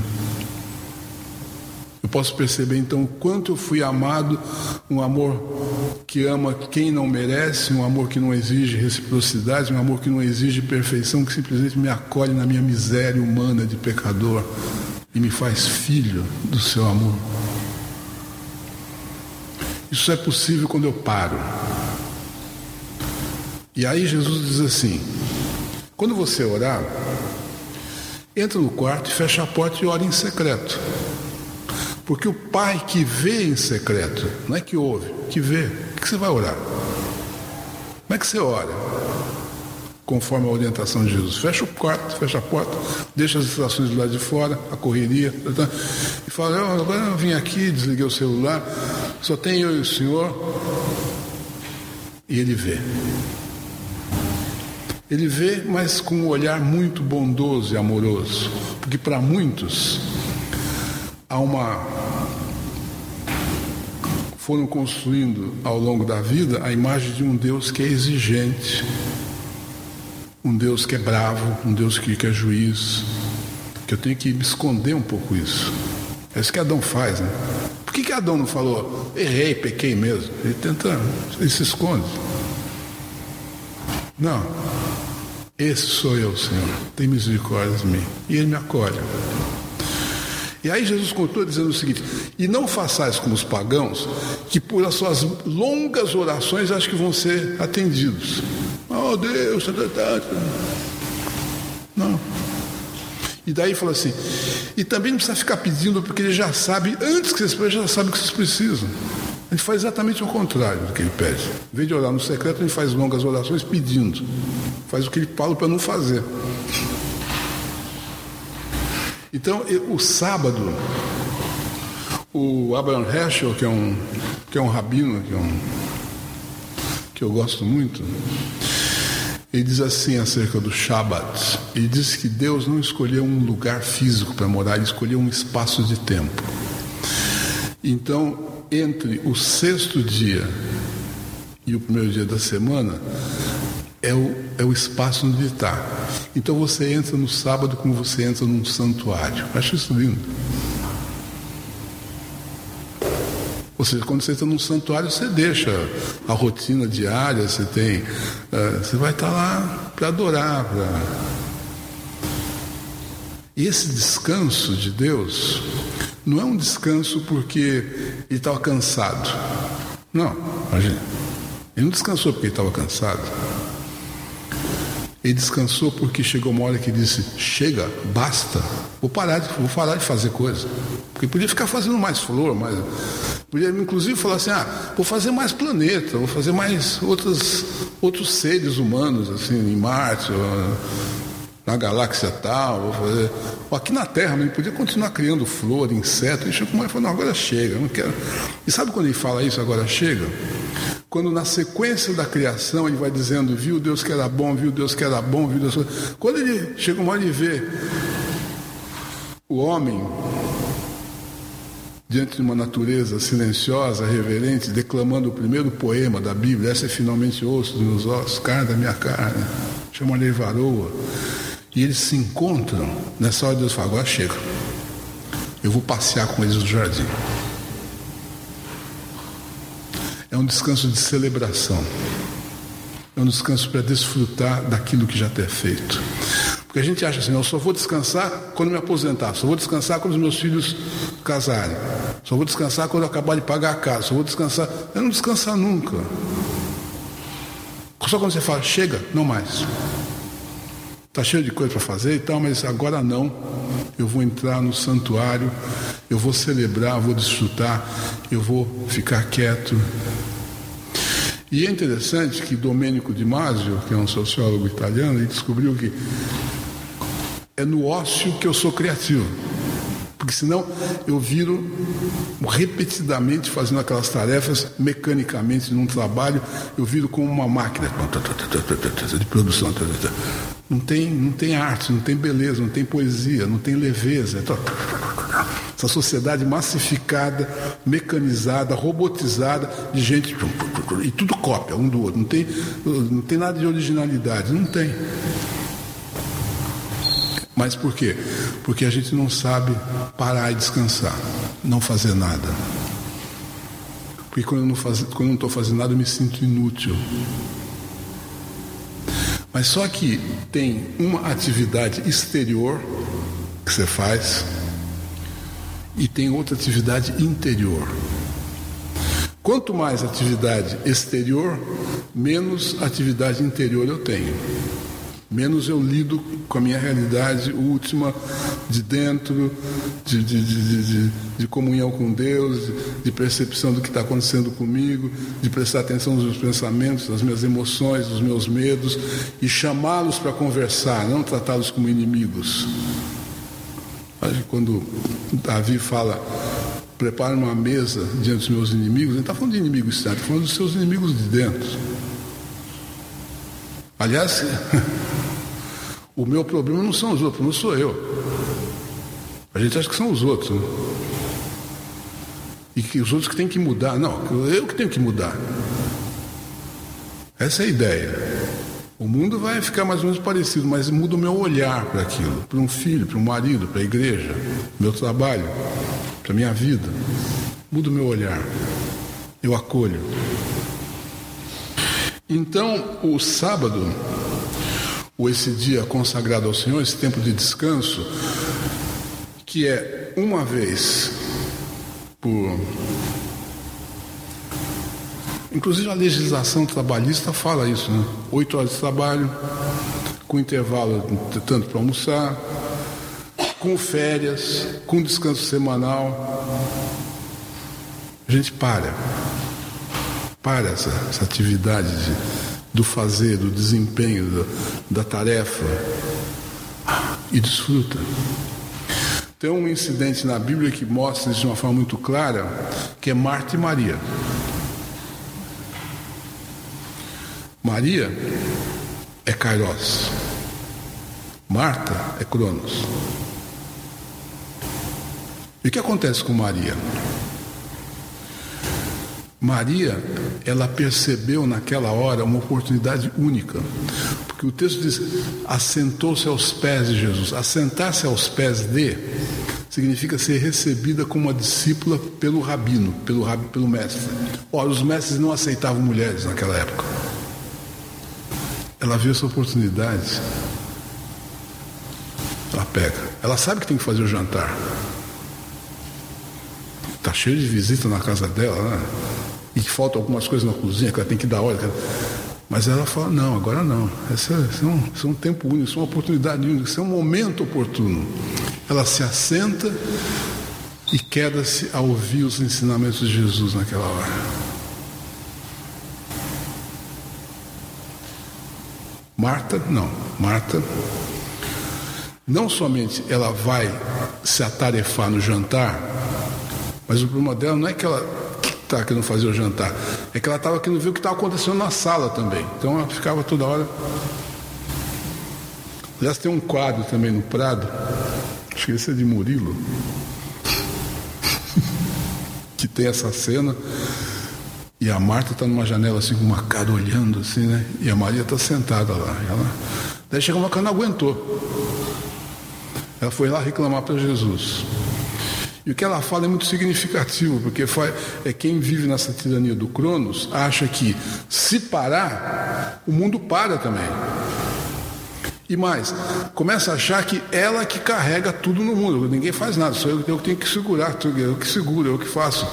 Eu posso perceber então o quanto eu fui amado, um amor que ama quem não merece, um amor que não exige reciprocidade, um amor que não exige perfeição, que simplesmente me acolhe na minha miséria humana de pecador e me faz filho do seu amor. Isso é possível quando eu paro. E aí Jesus diz assim: quando você orar, entra no quarto e fecha a porta e ora em secreto. Porque o Pai que vê em secreto, não é que ouve, que vê. O que você vai orar? Como é que você ora? Conforme a orientação de Jesus. Fecha o quarto, fecha a porta, deixa as distrações do lado de fora, a correria, e fala: agora eu vim aqui, desliguei o celular, só tem eu e o Senhor. E Ele vê. Ele vê, mas com um olhar muito bondoso e amoroso. Porque para muitos foram construindo ao longo da vida a imagem de um Deus que é exigente, um Deus que é bravo, um Deus que é juiz, que eu tenho que me esconder um pouco isso. É isso que Adão faz, né? Por que Adão não falou: errei, pequei mesmo? Ele se esconde. Não, esse sou eu, Senhor, tem misericórdia de mim. E Ele me acolhe. E aí Jesus contou dizendo o seguinte: e não façais como os pagãos, que por as suas longas orações acham que vão ser atendidos. Oh Deus, não. E daí fala assim: e também não precisa ficar pedindo, porque Ele já sabe, antes que vocês peçam, já sabe o que vocês precisam. A gente faz exatamente o contrário do que Ele pede. Em vez de orar no secreto, a gente faz longas orações pedindo. Faz o que Ele fala para não fazer. Então, o sábado, o Abraham Heschel, que é um rabino, que eu gosto muito, ele diz assim acerca do Shabat. Ele diz que Deus não escolheu um lugar físico para morar, Ele escolheu um espaço de tempo. Então, entre o sexto dia e o primeiro dia da semana, é o espaço onde Ele está. Então você entra no sábado como você entra num santuário. Acho isso lindo. Ou seja, quando você entra num santuário, você deixa a rotina diária, você vai estar lá para adorar. E esse descanso de Deus não é um descanso porque Ele estava cansado. Não, imagina. Ele não descansou porque Ele estava cansado. Ele descansou porque chegou uma hora que ele disse: chega, basta, vou parar de fazer coisa. Porque podia ficar fazendo mais flor, podia inclusive falar assim: vou fazer mais planeta, vou fazer mais outros seres humanos, assim, em Marte, na galáxia tal, vou fazer. Aqui na Terra, ele podia continuar criando flor, inseto. Ele chegou uma hora e falou: não, agora chega, eu não quero. E sabe quando ele fala isso, agora chega? Quando na sequência da criação ele vai dizendo: viu Deus que era bom, viu Deus que era bom, viu Deus que era bom. Quando ele chega uma hora e vê o homem diante de uma natureza silenciosa, reverente, declamando o primeiro poema da Bíblia: essa é finalmente osso dos meus ossos, carne da minha carne, chama-lhe varoa. E eles se encontram, nessa hora Deus fala: agora chega, eu vou passear com eles no jardim. É um descanso de celebração. É é um descanso para desfrutar daquilo que já tem feito. Porque a gente acha assim, eu só vou descansar quando me aposentar, só vou descansar quando os meus filhos casarem, só vou descansar quando eu acabar de pagar a casa, só vou descansar. Eu não descansar nunca. Só quando você fala, chega, não mais. Está cheio de coisa para fazer e tal, mas agora não. Eu vou entrar no santuário, eu vou celebrar, vou desfrutar, eu vou ficar quieto. E é interessante que Domenico Di Masio, que é um sociólogo italiano, ele descobriu que é no ócio que eu sou criativo. Porque senão eu viro repetidamente fazendo aquelas tarefas mecanicamente num trabalho, eu viro como uma máquina de produção. Não tem arte, não tem beleza, não tem poesia, não tem leveza. Essa sociedade massificada, mecanizada, robotizada, de gente. E tudo cópia um do outro. Não tem nada de originalidade. Não tem. Mas por quê? Porque a gente não sabe parar e descansar, não fazer nada. Porque quando eu não estou fazendo nada, eu me sinto inútil. Mas só que tem uma atividade exterior que você faz e tem outra atividade interior. Quanto mais atividade exterior, menos atividade interior eu tenho. Menos eu lido com a minha realidade última, de dentro, de comunhão com Deus, de percepção do que está acontecendo comigo, de prestar atenção nos meus pensamentos, nas minhas emoções, nos meus medos, e chamá-los para conversar, não tratá-los como inimigos. Quando Davi fala, prepara uma mesa diante dos meus inimigos, ele não está falando de inimigos externos, está falando dos seus inimigos de dentro. Aliás, o meu problema não são os outros, não sou eu. A gente acha que são os outros, né? E que os outros que têm que mudar. Não, eu que tenho que mudar. Essa é a ideia. O mundo vai ficar mais ou menos parecido, mas muda o meu olhar para aquilo, para um filho, para um marido, para a igreja, meu trabalho, para a minha vida. Muda o meu olhar. Eu acolho. Então, o sábado, ou esse dia consagrado ao Senhor, esse tempo de descanso, que é uma vez por... Inclusive a legislação trabalhista fala isso, né? 8 horas de trabalho, com intervalo tanto para almoçar, com férias, com descanso semanal. A gente para essa atividade do fazer, do desempenho, da tarefa, e desfruta. Tem um incidente na Bíblia que mostra isso de uma forma muito clara, que é Marta e Maria. Maria é Kairos, Marta é Cronos. E o que acontece com Maria? Maria, ela percebeu naquela hora uma oportunidade única, porque o texto diz, assentou-se aos pés de Jesus. Assentar-se aos pés de significa ser recebida como uma discípula pelo rabino, pelo mestre. Ora, os mestres não aceitavam mulheres naquela época. Ela viu essa oportunidade, ela pega. Ela sabe que tem que fazer o jantar. Está cheio de visita na casa dela, né? E que faltam algumas coisas na cozinha, que ela tem que dar ordem. Mas ela fala, não, agora não. Esse é um tempo único, isso é uma oportunidade única, isso é um momento oportuno. Ela se assenta e queda-se a ouvir os ensinamentos de Jesus naquela hora. Marta, não somente ela vai se atarefar no jantar, mas o problema dela não é que ela está querendo fazer o jantar, é que ela estava querendo ver o que estava acontecendo na sala também. Então ela ficava toda hora. Aliás, tem um quadro também no Prado, acho que esse é de Murilo, que tem essa cena, e a Marta está numa janela assim com uma cara olhando assim, né? E a Maria está sentada lá. Daí chegou uma que ela não aguentou. Ela foi lá reclamar para Jesus. E o que ela fala é muito significativo, porque quem vive nessa tirania do Cronos acha que, se parar, o mundo para também. E mais, começa a achar que ela que carrega tudo no mundo. Ninguém faz nada, sou eu que tenho que segurar, eu que seguro, eu que faço.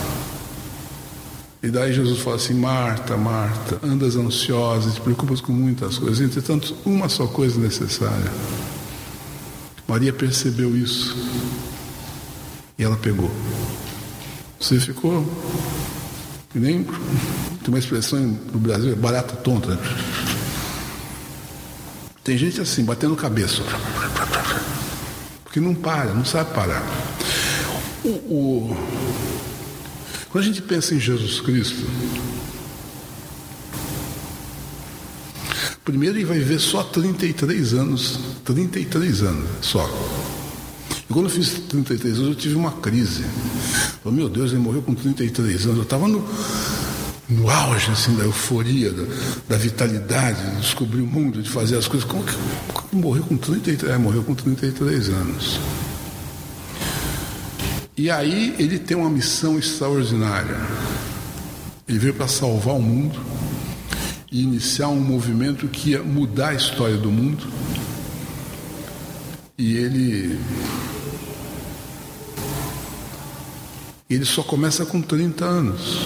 E daí Jesus fala assim: Marta, Marta, andas ansiosa, te preocupas com muitas coisas, entretanto, uma só coisa necessária. Maria percebeu isso. E ela pegou. Você ficou que nem... Tem uma expressão no Brasil, é barata tonta. Tem gente assim, batendo cabeça. Porque não para, não sabe parar. Quando a gente pensa em Jesus Cristo, primeiro ele vai viver só 33 anos. 33 anos, só. E quando eu fiz 33 anos, eu tive uma crise. Falei, meu Deus, ele morreu com 33 anos. Eu estava no auge assim, da euforia, da vitalidade, de descobrir o mundo, de fazer as coisas. Como que morreu com 33? Morreu com 33 anos. E aí ele tem uma missão extraordinária. Ele veio para salvar o mundo e iniciar um movimento que ia mudar a história do mundo. E ele só começa com 30 anos.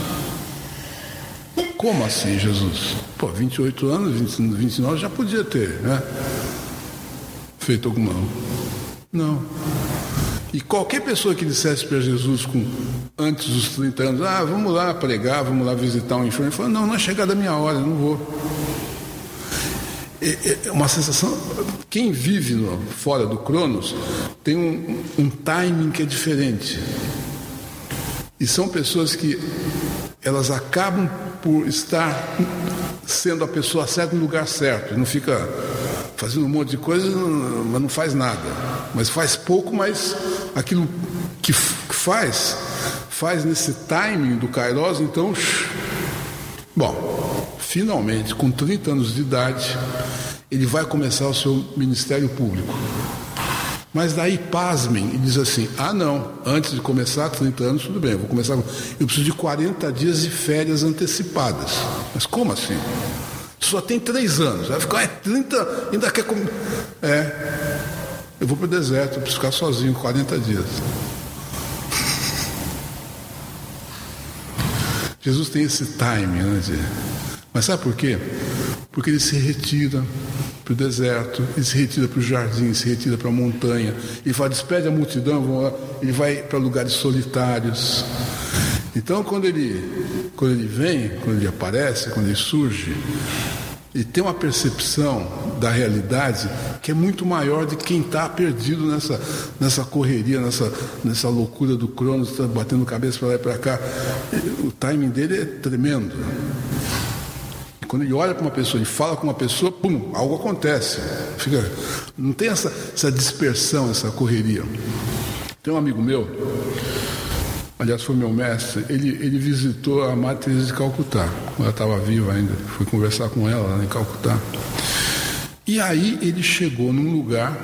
Como assim, Jesus? 28 anos, 29 já podia ter, né? Feito alguma... Não. E qualquer pessoa que dissesse para Jesus antes dos 30 anos, vamos lá pregar, vamos lá visitar um enfermo, ele falou, não é chegada a minha hora, não vou. É uma sensação... Quem vive fora do Cronos tem um timing que é diferente. E são pessoas que elas acabam por estar sendo a pessoa certa no lugar certo. Não fica fazendo um monte de coisa, mas não faz nada. Mas faz pouco, mas aquilo que faz nesse timing do Kairos. Então, bom, finalmente, com 30 anos de idade, ele vai começar o seu ministério público. Mas daí, pasmem, e diz assim, não, antes de começar, 30 anos, tudo bem, eu preciso de 40 dias de férias antecipadas. Mas como assim? Só tem 3 anos, vai ficar 30, ainda quer comer. Eu vou para o deserto, eu preciso ficar sozinho 40 dias. Jesus tem esse time, né? Mas sabe por quê? Porque ele se retira para o deserto, ele se retira para o jardim, ele se retira para a montanha, ele fala, despede a multidão, ele vai para lugares solitários. Então, quando ele vem, quando ele aparece, quando ele surge, ele tem uma percepção da realidade que é muito maior de quem está perdido nessa correria, nessa loucura do Cronos, tá batendo cabeça para lá e para cá. O timing dele é tremendo. Quando ele olha para uma pessoa e fala com uma pessoa, pum, algo acontece. Não tem essa dispersão, essa correria. Tem um amigo meu, aliás foi meu mestre, ele visitou a Madre Teresa de Calcutá, ela estava viva ainda, fui conversar com ela lá em Calcutá. E aí ele chegou num lugar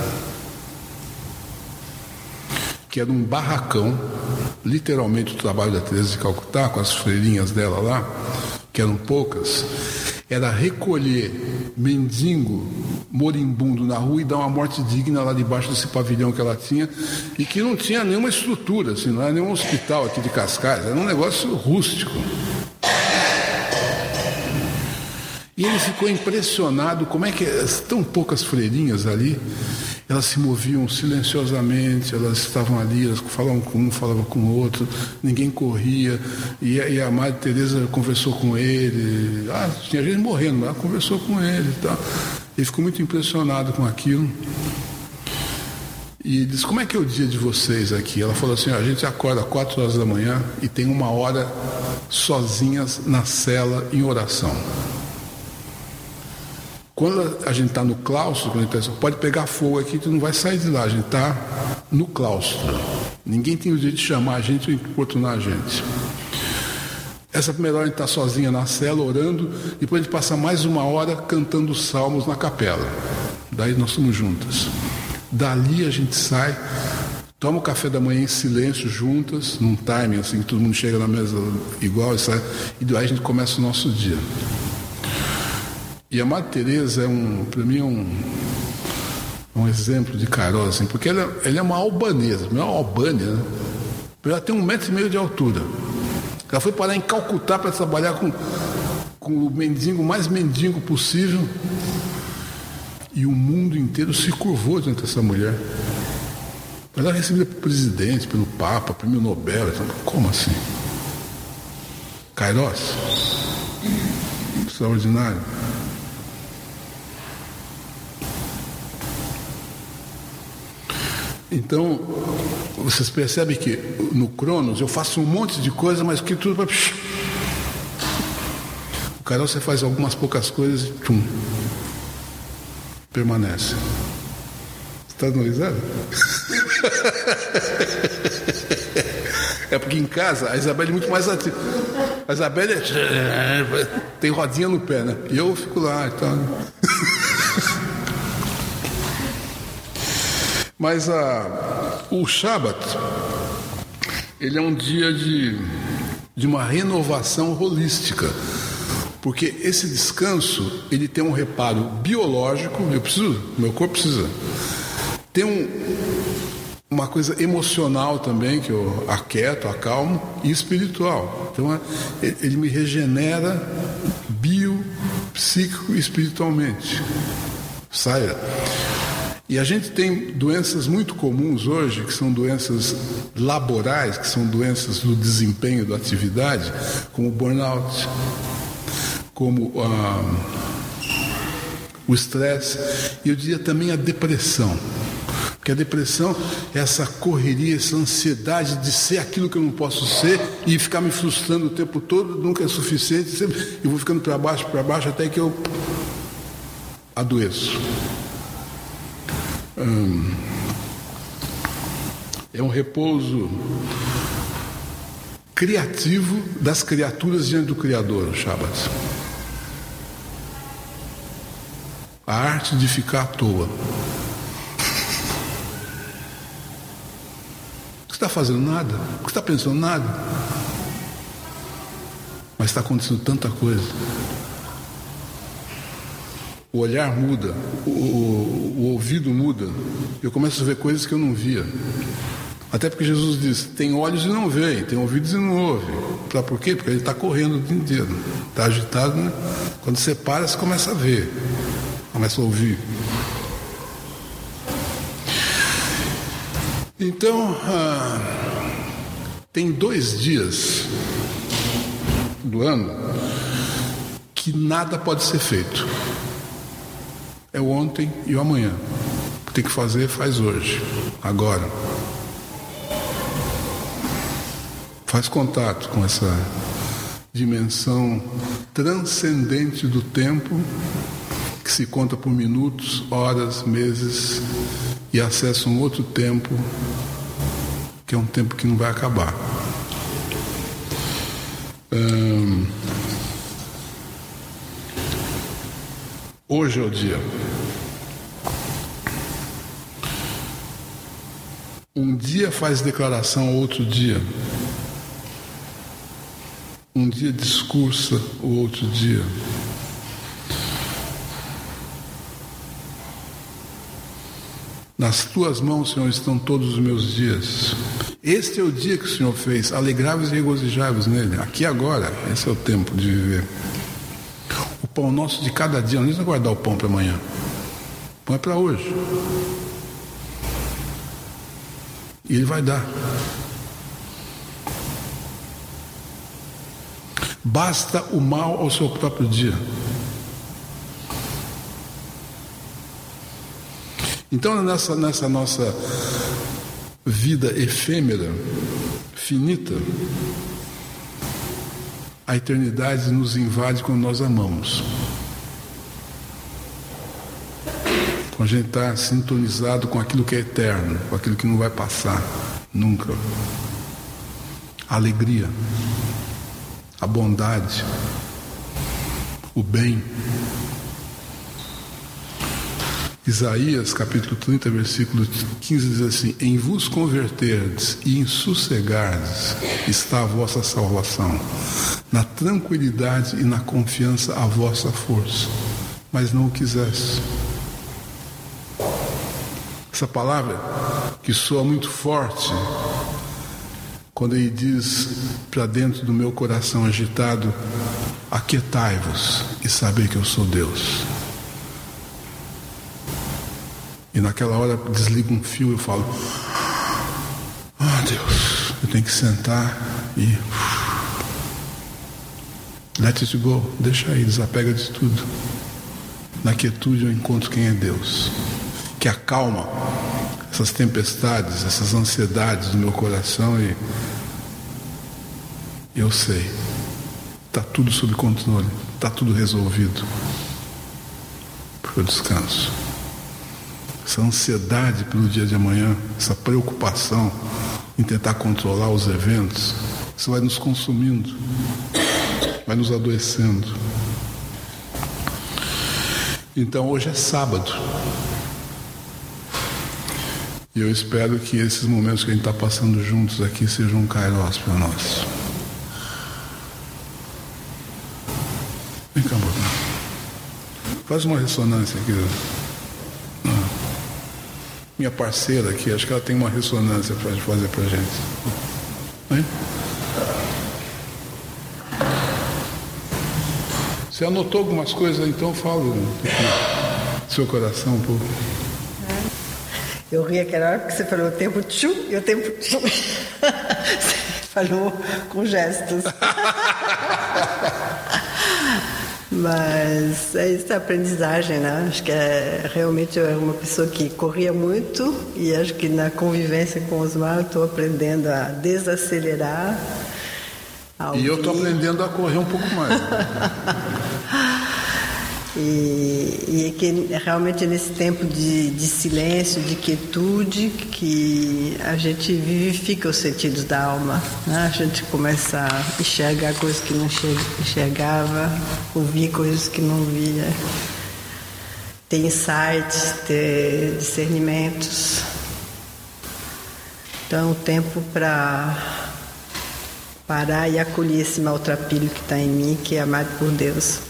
que era um barracão, literalmente o trabalho da Teresa de Calcutá, com as freirinhas dela lá, que eram poucas, era recolher mendigo moribundo na rua e dar uma morte digna lá debaixo desse pavilhão que ela tinha, e que não tinha nenhuma estrutura, assim, não era nenhum hospital aqui de Cascais, era um negócio rústico. E ele ficou impressionado como é que tão poucas freirinhas ali, elas se moviam silenciosamente, elas estavam ali, elas falavam com um, falavam com o outro, ninguém corria, e a Madre Teresa conversou com ele, tinha gente morrendo, mas ela conversou com ele e tal. Ele ficou muito impressionado com aquilo. E disse, como é que é o dia de vocês aqui? Ela falou assim, a gente acorda às 4 horas da manhã e tem 1 hora sozinhas na cela em oração. Quando a gente está no claustro, quando a gente pode pegar fogo aqui, tu não vai sair de lá, a gente está no claustro. Ninguém tem o direito de chamar a gente ou importunar a gente. Essa primeira hora a gente está sozinha na cela, orando, depois a gente passa mais 1 hora cantando salmos na capela. Daí nós somos juntas. Dali a gente sai toma o café da manhã em silêncio, juntas, num timing, assim, que todo mundo chega na mesa igual e sai, e daí a gente começa o nosso dia. E a Madre Teresa para mim, um exemplo de Kairos, assim, porque ela é uma albanesa, não é uma Albânia, né? Ela tem 1,5 metro de altura. Ela foi parar em Calcutá para trabalhar com o mendigo, mais mendigo possível, e o mundo inteiro se curvou diante dessa mulher. Ela é recebida pelo presidente, pelo Papa, prêmio Nobel. Então, como assim? Kairos? Extraordinário. Então, vocês percebem que no Cronos eu faço um monte de coisa, mas que tudo vai... O Kairos você faz algumas poucas coisas e tchum, permanece. Você está dando risada? É porque em casa a Isabelle é muito mais ativa. A Isabelle tem rodinha no pé, né? E eu fico lá e tal. Mas o Shabat, ele é um dia de uma renovação holística. Porque esse descanso, ele tem um reparo biológico, meu corpo precisa. Tem uma coisa emocional também, que eu aquieto, acalmo, e espiritual. Então, ele me regenera psíquico e espiritualmente. Saia. E a gente tem doenças muito comuns hoje, que são doenças laborais, que são doenças do desempenho da atividade, como o burnout, como o estresse, e eu diria também a depressão. Porque a depressão é essa correria, essa ansiedade de ser aquilo que eu não posso ser e ficar me frustrando o tempo todo, nunca é suficiente, eu vou ficando para baixo, até que eu adoeço. É um repouso criativo das criaturas diante do Criador, o Shabat. A arte de ficar à toa. Você está fazendo nada? Você está pensando nada? Mas está acontecendo tanta coisa. O olhar muda, o ouvido muda. Eu começo a ver coisas que eu não via. Até porque Jesus diz, tem olhos e não veem, tem ouvidos e não ouvem. Por quê? Porque ele está correndo o dia inteiro. Está agitado, né? Quando você para, você começa a ver. Começa a ouvir. Então, tem 2 dias do ano que nada pode ser feito. É o ontem e o amanhã. O que tem que fazer, faz hoje, agora. Faz contato com essa dimensão transcendente do tempo, que se conta por minutos, horas, meses, e acessa um outro tempo, que é um tempo que não vai acabar. Hoje é o dia. Um dia faz declaração ao outro dia. Um dia discursa o outro dia. Nas tuas mãos, Senhor, estão todos os meus dias. Este é o dia que o Senhor fez. Alegrai-vos e regozijai-vos nele. Aqui agora, esse é o tempo de viver. O pão nosso de cada dia, não precisa guardar o pão para amanhã. O pão é para hoje. E Ele vai dar. Basta o mal ao seu próprio dia. Então, nessa nossa vida efêmera, finita, a eternidade nos invade quando nós amamos. Quando a gente está sintonizado com aquilo que é eterno, com aquilo que não vai passar, nunca. A alegria, a bondade, o bem. Isaías, capítulo 30, versículo 15, diz assim: em vos converterdes e em sossegardes está a vossa salvação, na tranquilidade e na confiança a vossa força, mas não o quiseste. Essa palavra que soa muito forte, quando ele diz para dentro do meu coração agitado: aquietai-vos e sabei que eu sou Deus. E naquela hora desligo um fio e eu falo: Deus, eu tenho que sentar e let it go, deixa aí, desapega de tudo. Na quietude eu encontro quem é Deus, que acalma essas tempestades, essas ansiedades do meu coração, e eu sei, está tudo sob controle, está tudo resolvido, porque eu descanso. Essa ansiedade pelo dia de amanhã, essa preocupação em tentar controlar os eventos, isso vai nos consumindo, vai nos adoecendo. Então hoje é sábado, e eu espero que esses momentos que a gente está passando juntos aqui sejam um kairos para nós. Vem cá, faz uma ressonância aqui. Minha parceira aqui, acho que ela tem uma ressonância para fazer para a gente. Hein? Você anotou algumas coisas, então fala do seu coração um pouco. Eu ri aquela hora porque você falou o tempo tchum e o tempo tchum. Você falou com gestos. Mas é isso, a aprendizagem, né? Acho que realmente eu era uma pessoa que corria muito, e acho que na convivência com o Osmar eu estou aprendendo a desacelerar. E eu estou aprendendo a correr um pouco mais. E que realmente nesse tempo de silêncio, de quietude, que a gente vivifica os sentidos da alma, né? A gente começa a enxergar coisas que não enxergava, ouvir coisas que não via, ter insights, ter discernimentos. Então, o tempo para parar e acolher esse maltrapilho que está em mim, que é amado por Deus.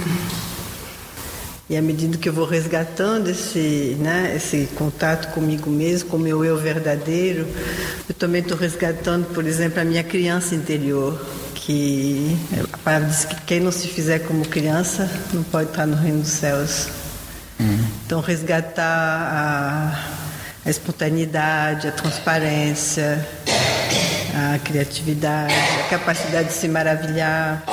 E à medida que eu vou resgatando esse contato comigo mesmo, com o meu eu verdadeiro, eu também estou resgatando, por exemplo, a minha criança interior, que a palavra diz que quem não se fizer como criança não pode estar no reino dos céus. Então, resgatar a espontaneidade, a transparência, a criatividade, a capacidade de se maravilhar,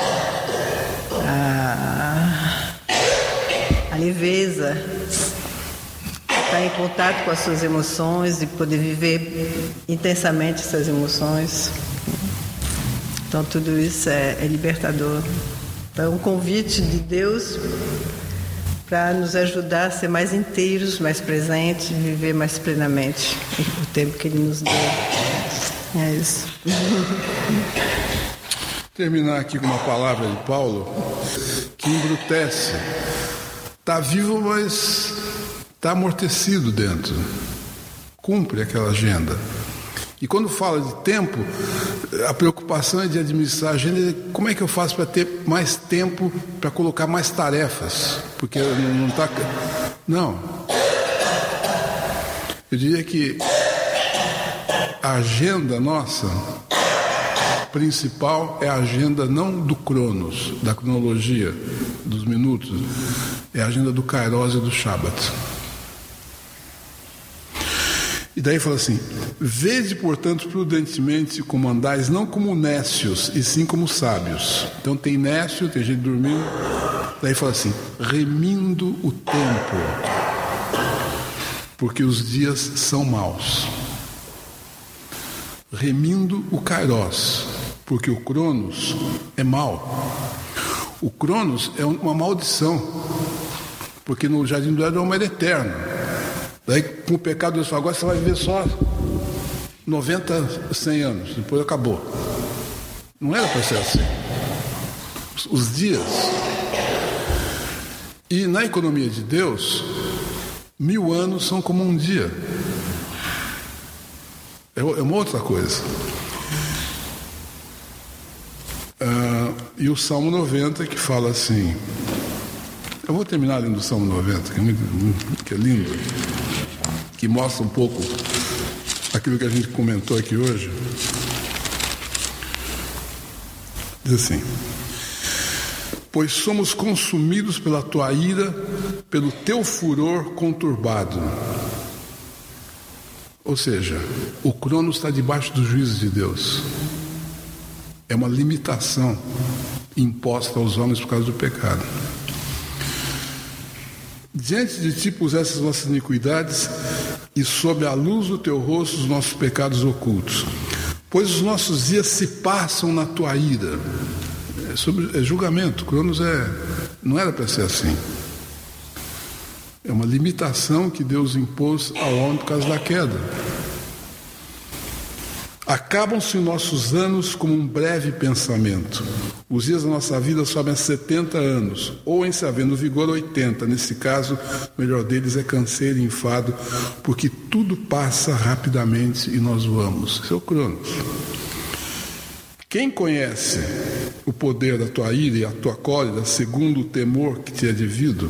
a leveza, estar em contato com as suas emoções e poder viver intensamente essas emoções. Então tudo isso é libertador. Então um convite de Deus para nos ajudar a ser mais inteiros, mais presentes, viver mais plenamente o tempo que Ele nos deu. É isso. Terminar aqui com uma palavra de Paulo que embrutece. Está vivo, mas está amortecido dentro. Cumpre aquela agenda. E quando fala de tempo, a preocupação é de administrar a agenda. Como é que eu faço para ter mais tempo, para colocar mais tarefas? Porque não está... Não. Eu diria que a agenda nossa principal é a agenda não do Cronos, da cronologia, dos minutos, é a agenda do Kairos e do Shabat. E daí fala assim: vede, portanto, prudentemente como andais, não como nécios, e sim como sábios. Então tem nécio, tem gente dormindo. Daí fala assim: remindo o tempo, porque os dias são maus. Remindo o Kairos, porque o Cronos é mau. O Cronos é uma maldição, porque no Jardim do Éden o homem era eterno. Daí com o pecado Deus falou: agora você vai viver só 90, 100 anos, depois acabou. Não era para ser assim. Os dias. E na economia de Deus, 1000 anos são como um dia. É uma outra coisa. E o Salmo 90 que fala assim... Eu vou terminar lendo o Salmo 90, que é lindo, que mostra um pouco aquilo que a gente comentou aqui hoje. Diz assim: pois somos consumidos pela tua ira, pelo teu furor conturbado. Ou seja, o Cronos está debaixo do juízo de Deus. É uma limitação imposta aos homens por causa do pecado. Diante de ti puseste as nossas iniquidades, e sob a luz do teu rosto os nossos pecados ocultos. Pois os nossos dias se passam na tua ira. É julgamento. Cronos não era para ser assim. É uma limitação que Deus impôs ao homem por causa da queda. Acabam-se nossos anos como um breve pensamento. Os dias da nossa vida sobem a 70 anos, ou em se havendo vigor 80. Nesse caso, o melhor deles é canseiro e enfado, porque tudo passa rapidamente e nós voamos. Esse é o Cronos. Quem conhece o poder da tua ira e a tua cólera, segundo o temor que te é devido?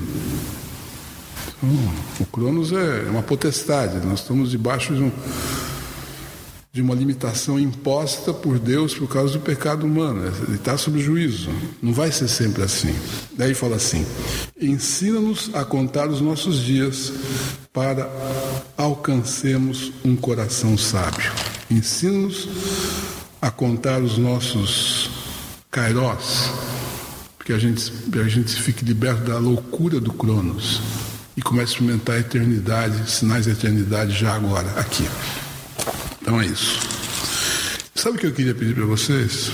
O Cronos é uma potestade. Nós estamos debaixo de uma limitação imposta por Deus por causa do pecado humano. Ele está sob juízo. Não vai ser sempre assim. Daí fala assim: ensina-nos a contar os nossos dias para alcancemos um coração sábio. Ensina-nos a contar os nossos kairós, porque a gente fique liberto da loucura do Cronos e comece a experimentar a eternidade, sinais da eternidade já agora, aqui. Então é isso. Sabe o que eu queria pedir para vocês?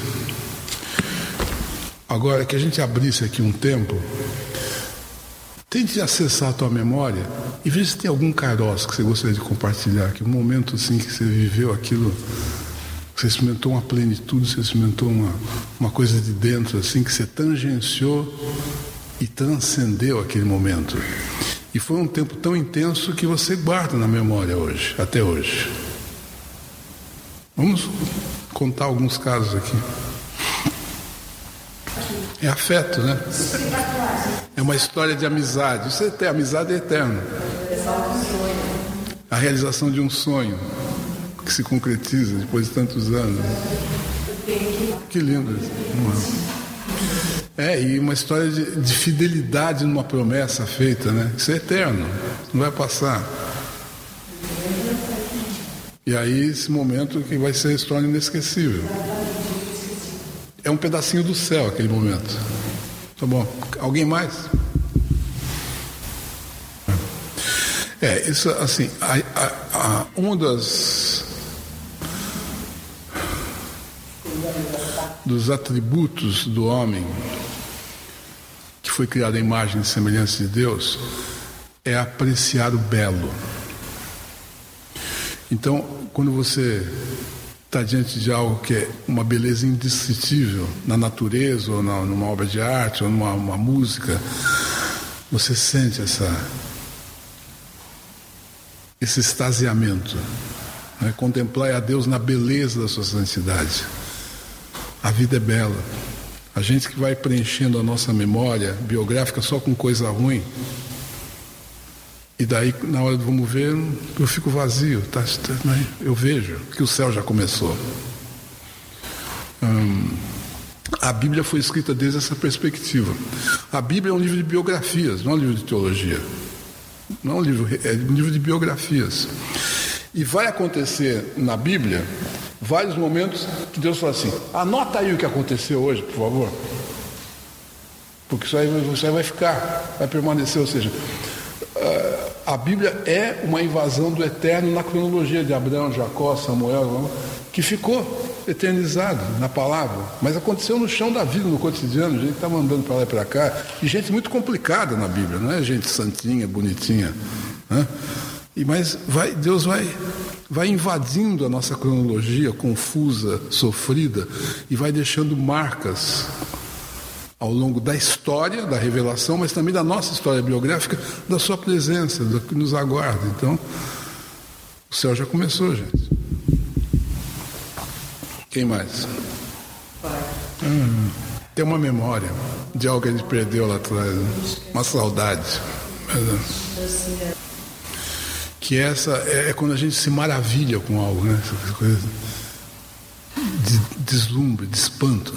Agora que a gente abrisse aqui um tempo, tente acessar a tua memória e veja se tem algum kairos que você gostaria de compartilhar, que um momento assim que você viveu aquilo, você experimentou uma plenitude, você experimentou uma coisa de dentro assim, que você tangenciou e transcendeu aquele momento. E foi um tempo tão intenso que você guarda na memória hoje, até hoje. Vamos contar alguns casos aqui. É afeto, né? É uma história de amizade. Você tem amizade eterna. A realização de um sonho que se concretiza depois de tantos anos. Que lindo. E uma história de fidelidade numa promessa feita, né? Isso é eterno, não vai passar. E aí esse momento que vai ser a história inesquecível. É um pedacinho do céu aquele momento. Tá bom. Alguém mais? Isso assim, um dos atributos do homem que foi criado à imagem e semelhança de Deus é apreciar o belo. Então, quando você está diante de algo que é uma beleza indescritível na natureza, ou numa obra de arte, ou numa música, você sente esse extasiamento, né? Contemplar a Deus na beleza da sua santidade. A vida é bela. A gente que vai preenchendo a nossa memória biográfica só com coisa ruim, e daí, na hora do vamos ver, eu fico vazio. Eu vejo que o céu já começou. A Bíblia foi escrita desde essa perspectiva. A Bíblia é um livro de biografias, não é um livro de teologia. Não é um livro de biografias. E vai acontecer na Bíblia vários momentos que Deus fala assim: anota aí o que aconteceu hoje, por favor. Porque isso aí vai ficar, vai permanecer, ou seja... A Bíblia é uma invasão do eterno na cronologia de Abraão, Jacó, Samuel, que ficou eternizado na palavra, mas aconteceu no chão da vida, no cotidiano. Gente está mandando para lá e para cá, e gente muito complicada na Bíblia, não é gente santinha, bonitinha, né? Mas Deus vai invadindo a nossa cronologia confusa, sofrida, e vai deixando marcas ao longo da história, da revelação, mas também da nossa história biográfica, da sua presença, do que nos aguarda. Então, o céu já começou, gente. Quem mais? Tem uma memória de algo que a gente perdeu lá atrás, né? Uma saudade. Que essa é quando a gente se maravilha com algo, né? Essa coisa de deslumbre, de espanto.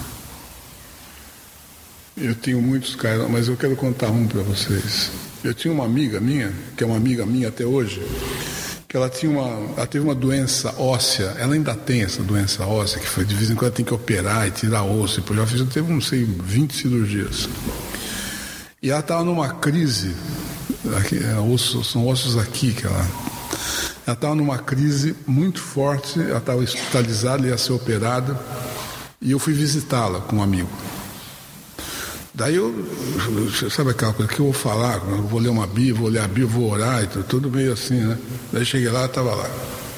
Eu tenho muitos caras, mas eu quero contar um para vocês. Eu tinha uma amiga minha, que é uma amiga minha até hoje, que ela teve uma doença óssea. Ela ainda tem essa doença óssea, que foi de vez em quando tem que operar e tirar osso. Já teve, não sei, 20 cirurgias. E ela estava numa crise, aqui, são ossos aqui que ela estava numa crise muito forte. Ela estava hospitalizada, ia ser operada, e eu fui visitá-la com um amigo. Daí sabe aquela coisa que eu vou falar, eu vou ler uma Bíblia, vou ler a Bíblia, vou orar, e tudo meio assim, né? Daí cheguei lá, ela estava lá.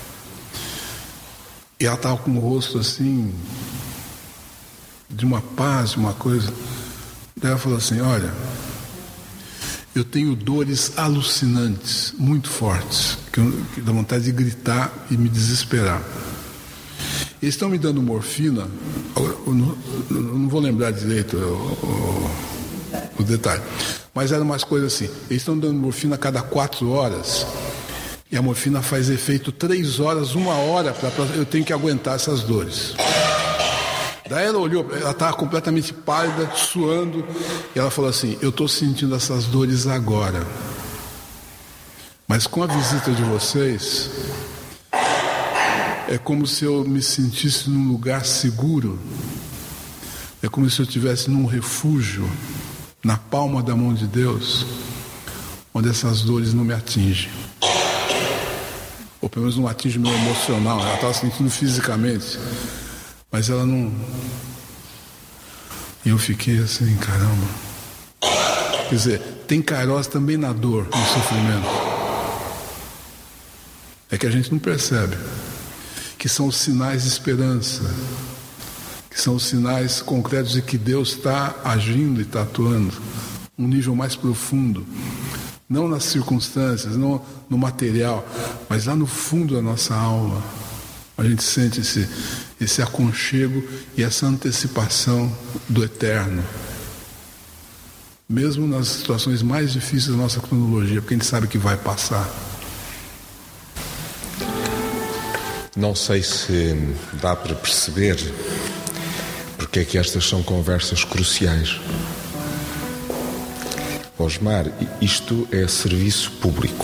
E ela estava com o rosto assim, de uma paz, de uma coisa. Daí ela falou assim: olha, eu tenho dores alucinantes, muito fortes, que dá vontade de gritar e me desesperar. Eles estão me dando morfina, eu não vou lembrar direito o detalhe, mas era umas coisas assim. Eles estão dando morfina a cada 4 horas, e a morfina faz efeito 3 horas, 1 hora, eu tenho que aguentar essas dores. Daí ela olhou, ela estava completamente pálida, suando, e ela falou assim: eu estou sentindo essas dores agora, mas com a visita de vocês, é como se eu me sentisse num lugar seguro. É como se eu estivesse num refúgio, na palma da mão de Deus, onde essas dores não me atingem. Ou pelo menos não atingem o meu emocional. Ela estava sentindo fisicamente, mas ela não... E eu fiquei assim, caramba. Quer dizer, tem kairos também na dor, no sofrimento. É que a gente não percebe. Que são os sinais de esperança, que são os sinais concretos de que Deus está agindo e está atuando, um nível mais profundo, não nas circunstâncias, não no material, mas lá no fundo da nossa alma. A gente sente esse aconchego e essa antecipação do eterno, mesmo nas situações mais difíceis da nossa cronologia, porque a gente sabe que vai passar. Não sei se dá para perceber porque é que estas são conversas cruciais. Osmar, isto é serviço público.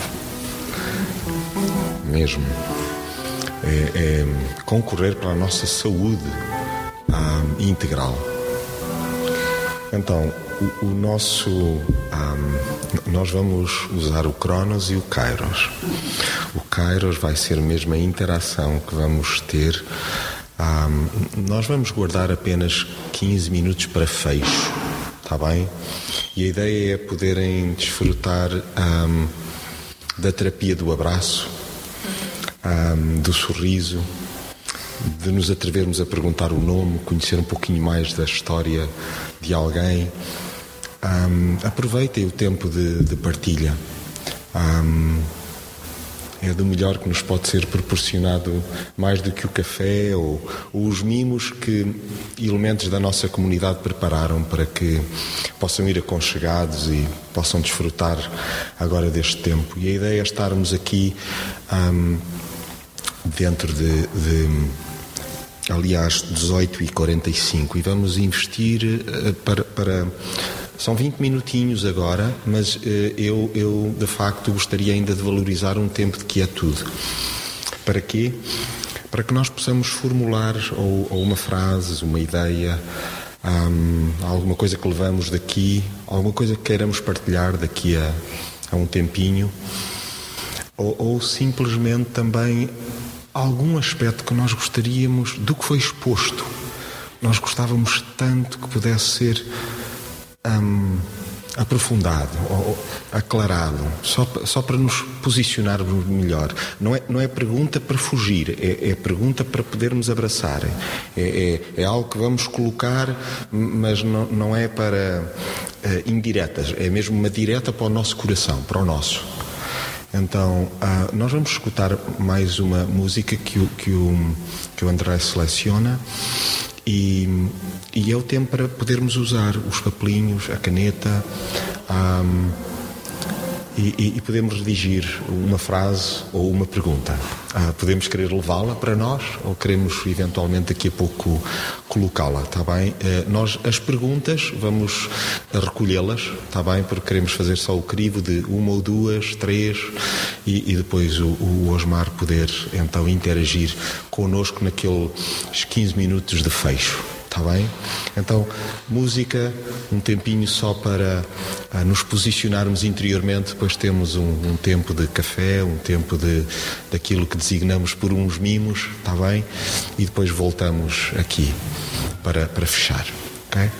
Mesmo. É concorrer para a nossa saúde integral. Então, nós vamos usar o Cronos e o Kairos. O Kairos vai ser mesmo a interação que vamos ter. Nós vamos guardar apenas 15 minutos para fecho, está bem? E a ideia é poderem desfrutar da terapia do abraço, do sorriso, de nos atrevermos a perguntar o nome, conhecer um pouquinho mais da história de alguém. Aproveitem o tempo de partilha. É do melhor que nos pode ser proporcionado, mais do que o café ou os mimos que elementos da nossa comunidade prepararam para que possam ir aconchegados e possam desfrutar agora deste tempo. E a ideia é estarmos aqui dentro aliás, 18h45, e vamos investir para são 20 minutinhos agora, mas eu de facto gostaria ainda de valorizar um tempo de quietude. Para quê? Para que nós possamos formular ou uma frase, uma ideia, alguma coisa que levamos daqui, alguma coisa que queiramos partilhar daqui a um tempinho, ou simplesmente também algum aspecto que nós gostaríamos do que foi exposto. Nós gostávamos tanto que pudesse ser aprofundado, ou aclarado, só para nos posicionarmos melhor. Não é pergunta para fugir, é pergunta para podermos abraçar. É algo que vamos colocar, mas não é para indiretas, é mesmo uma direta para o nosso coração, para o nosso. Então, nós vamos escutar mais uma música que o André seleciona. E é o tempo para podermos usar os papelinhos, a caneta, e podemos redigir uma frase ou uma pergunta. Podemos querer levá-la para nós ou queremos eventualmente daqui a pouco colocá-la, está bem? Nós as perguntas vamos recolhê-las, está bem? Porque queremos fazer só o crivo de uma ou duas, três e depois o Osmar poder então interagir connosco naqueles 15 minutos de fecho. Está bem? Então, música, um tempinho só para nos posicionarmos interiormente, depois temos um tempo de café, um tempo daquilo que designamos por uns mimos, está bem? E depois voltamos aqui para fechar, ok?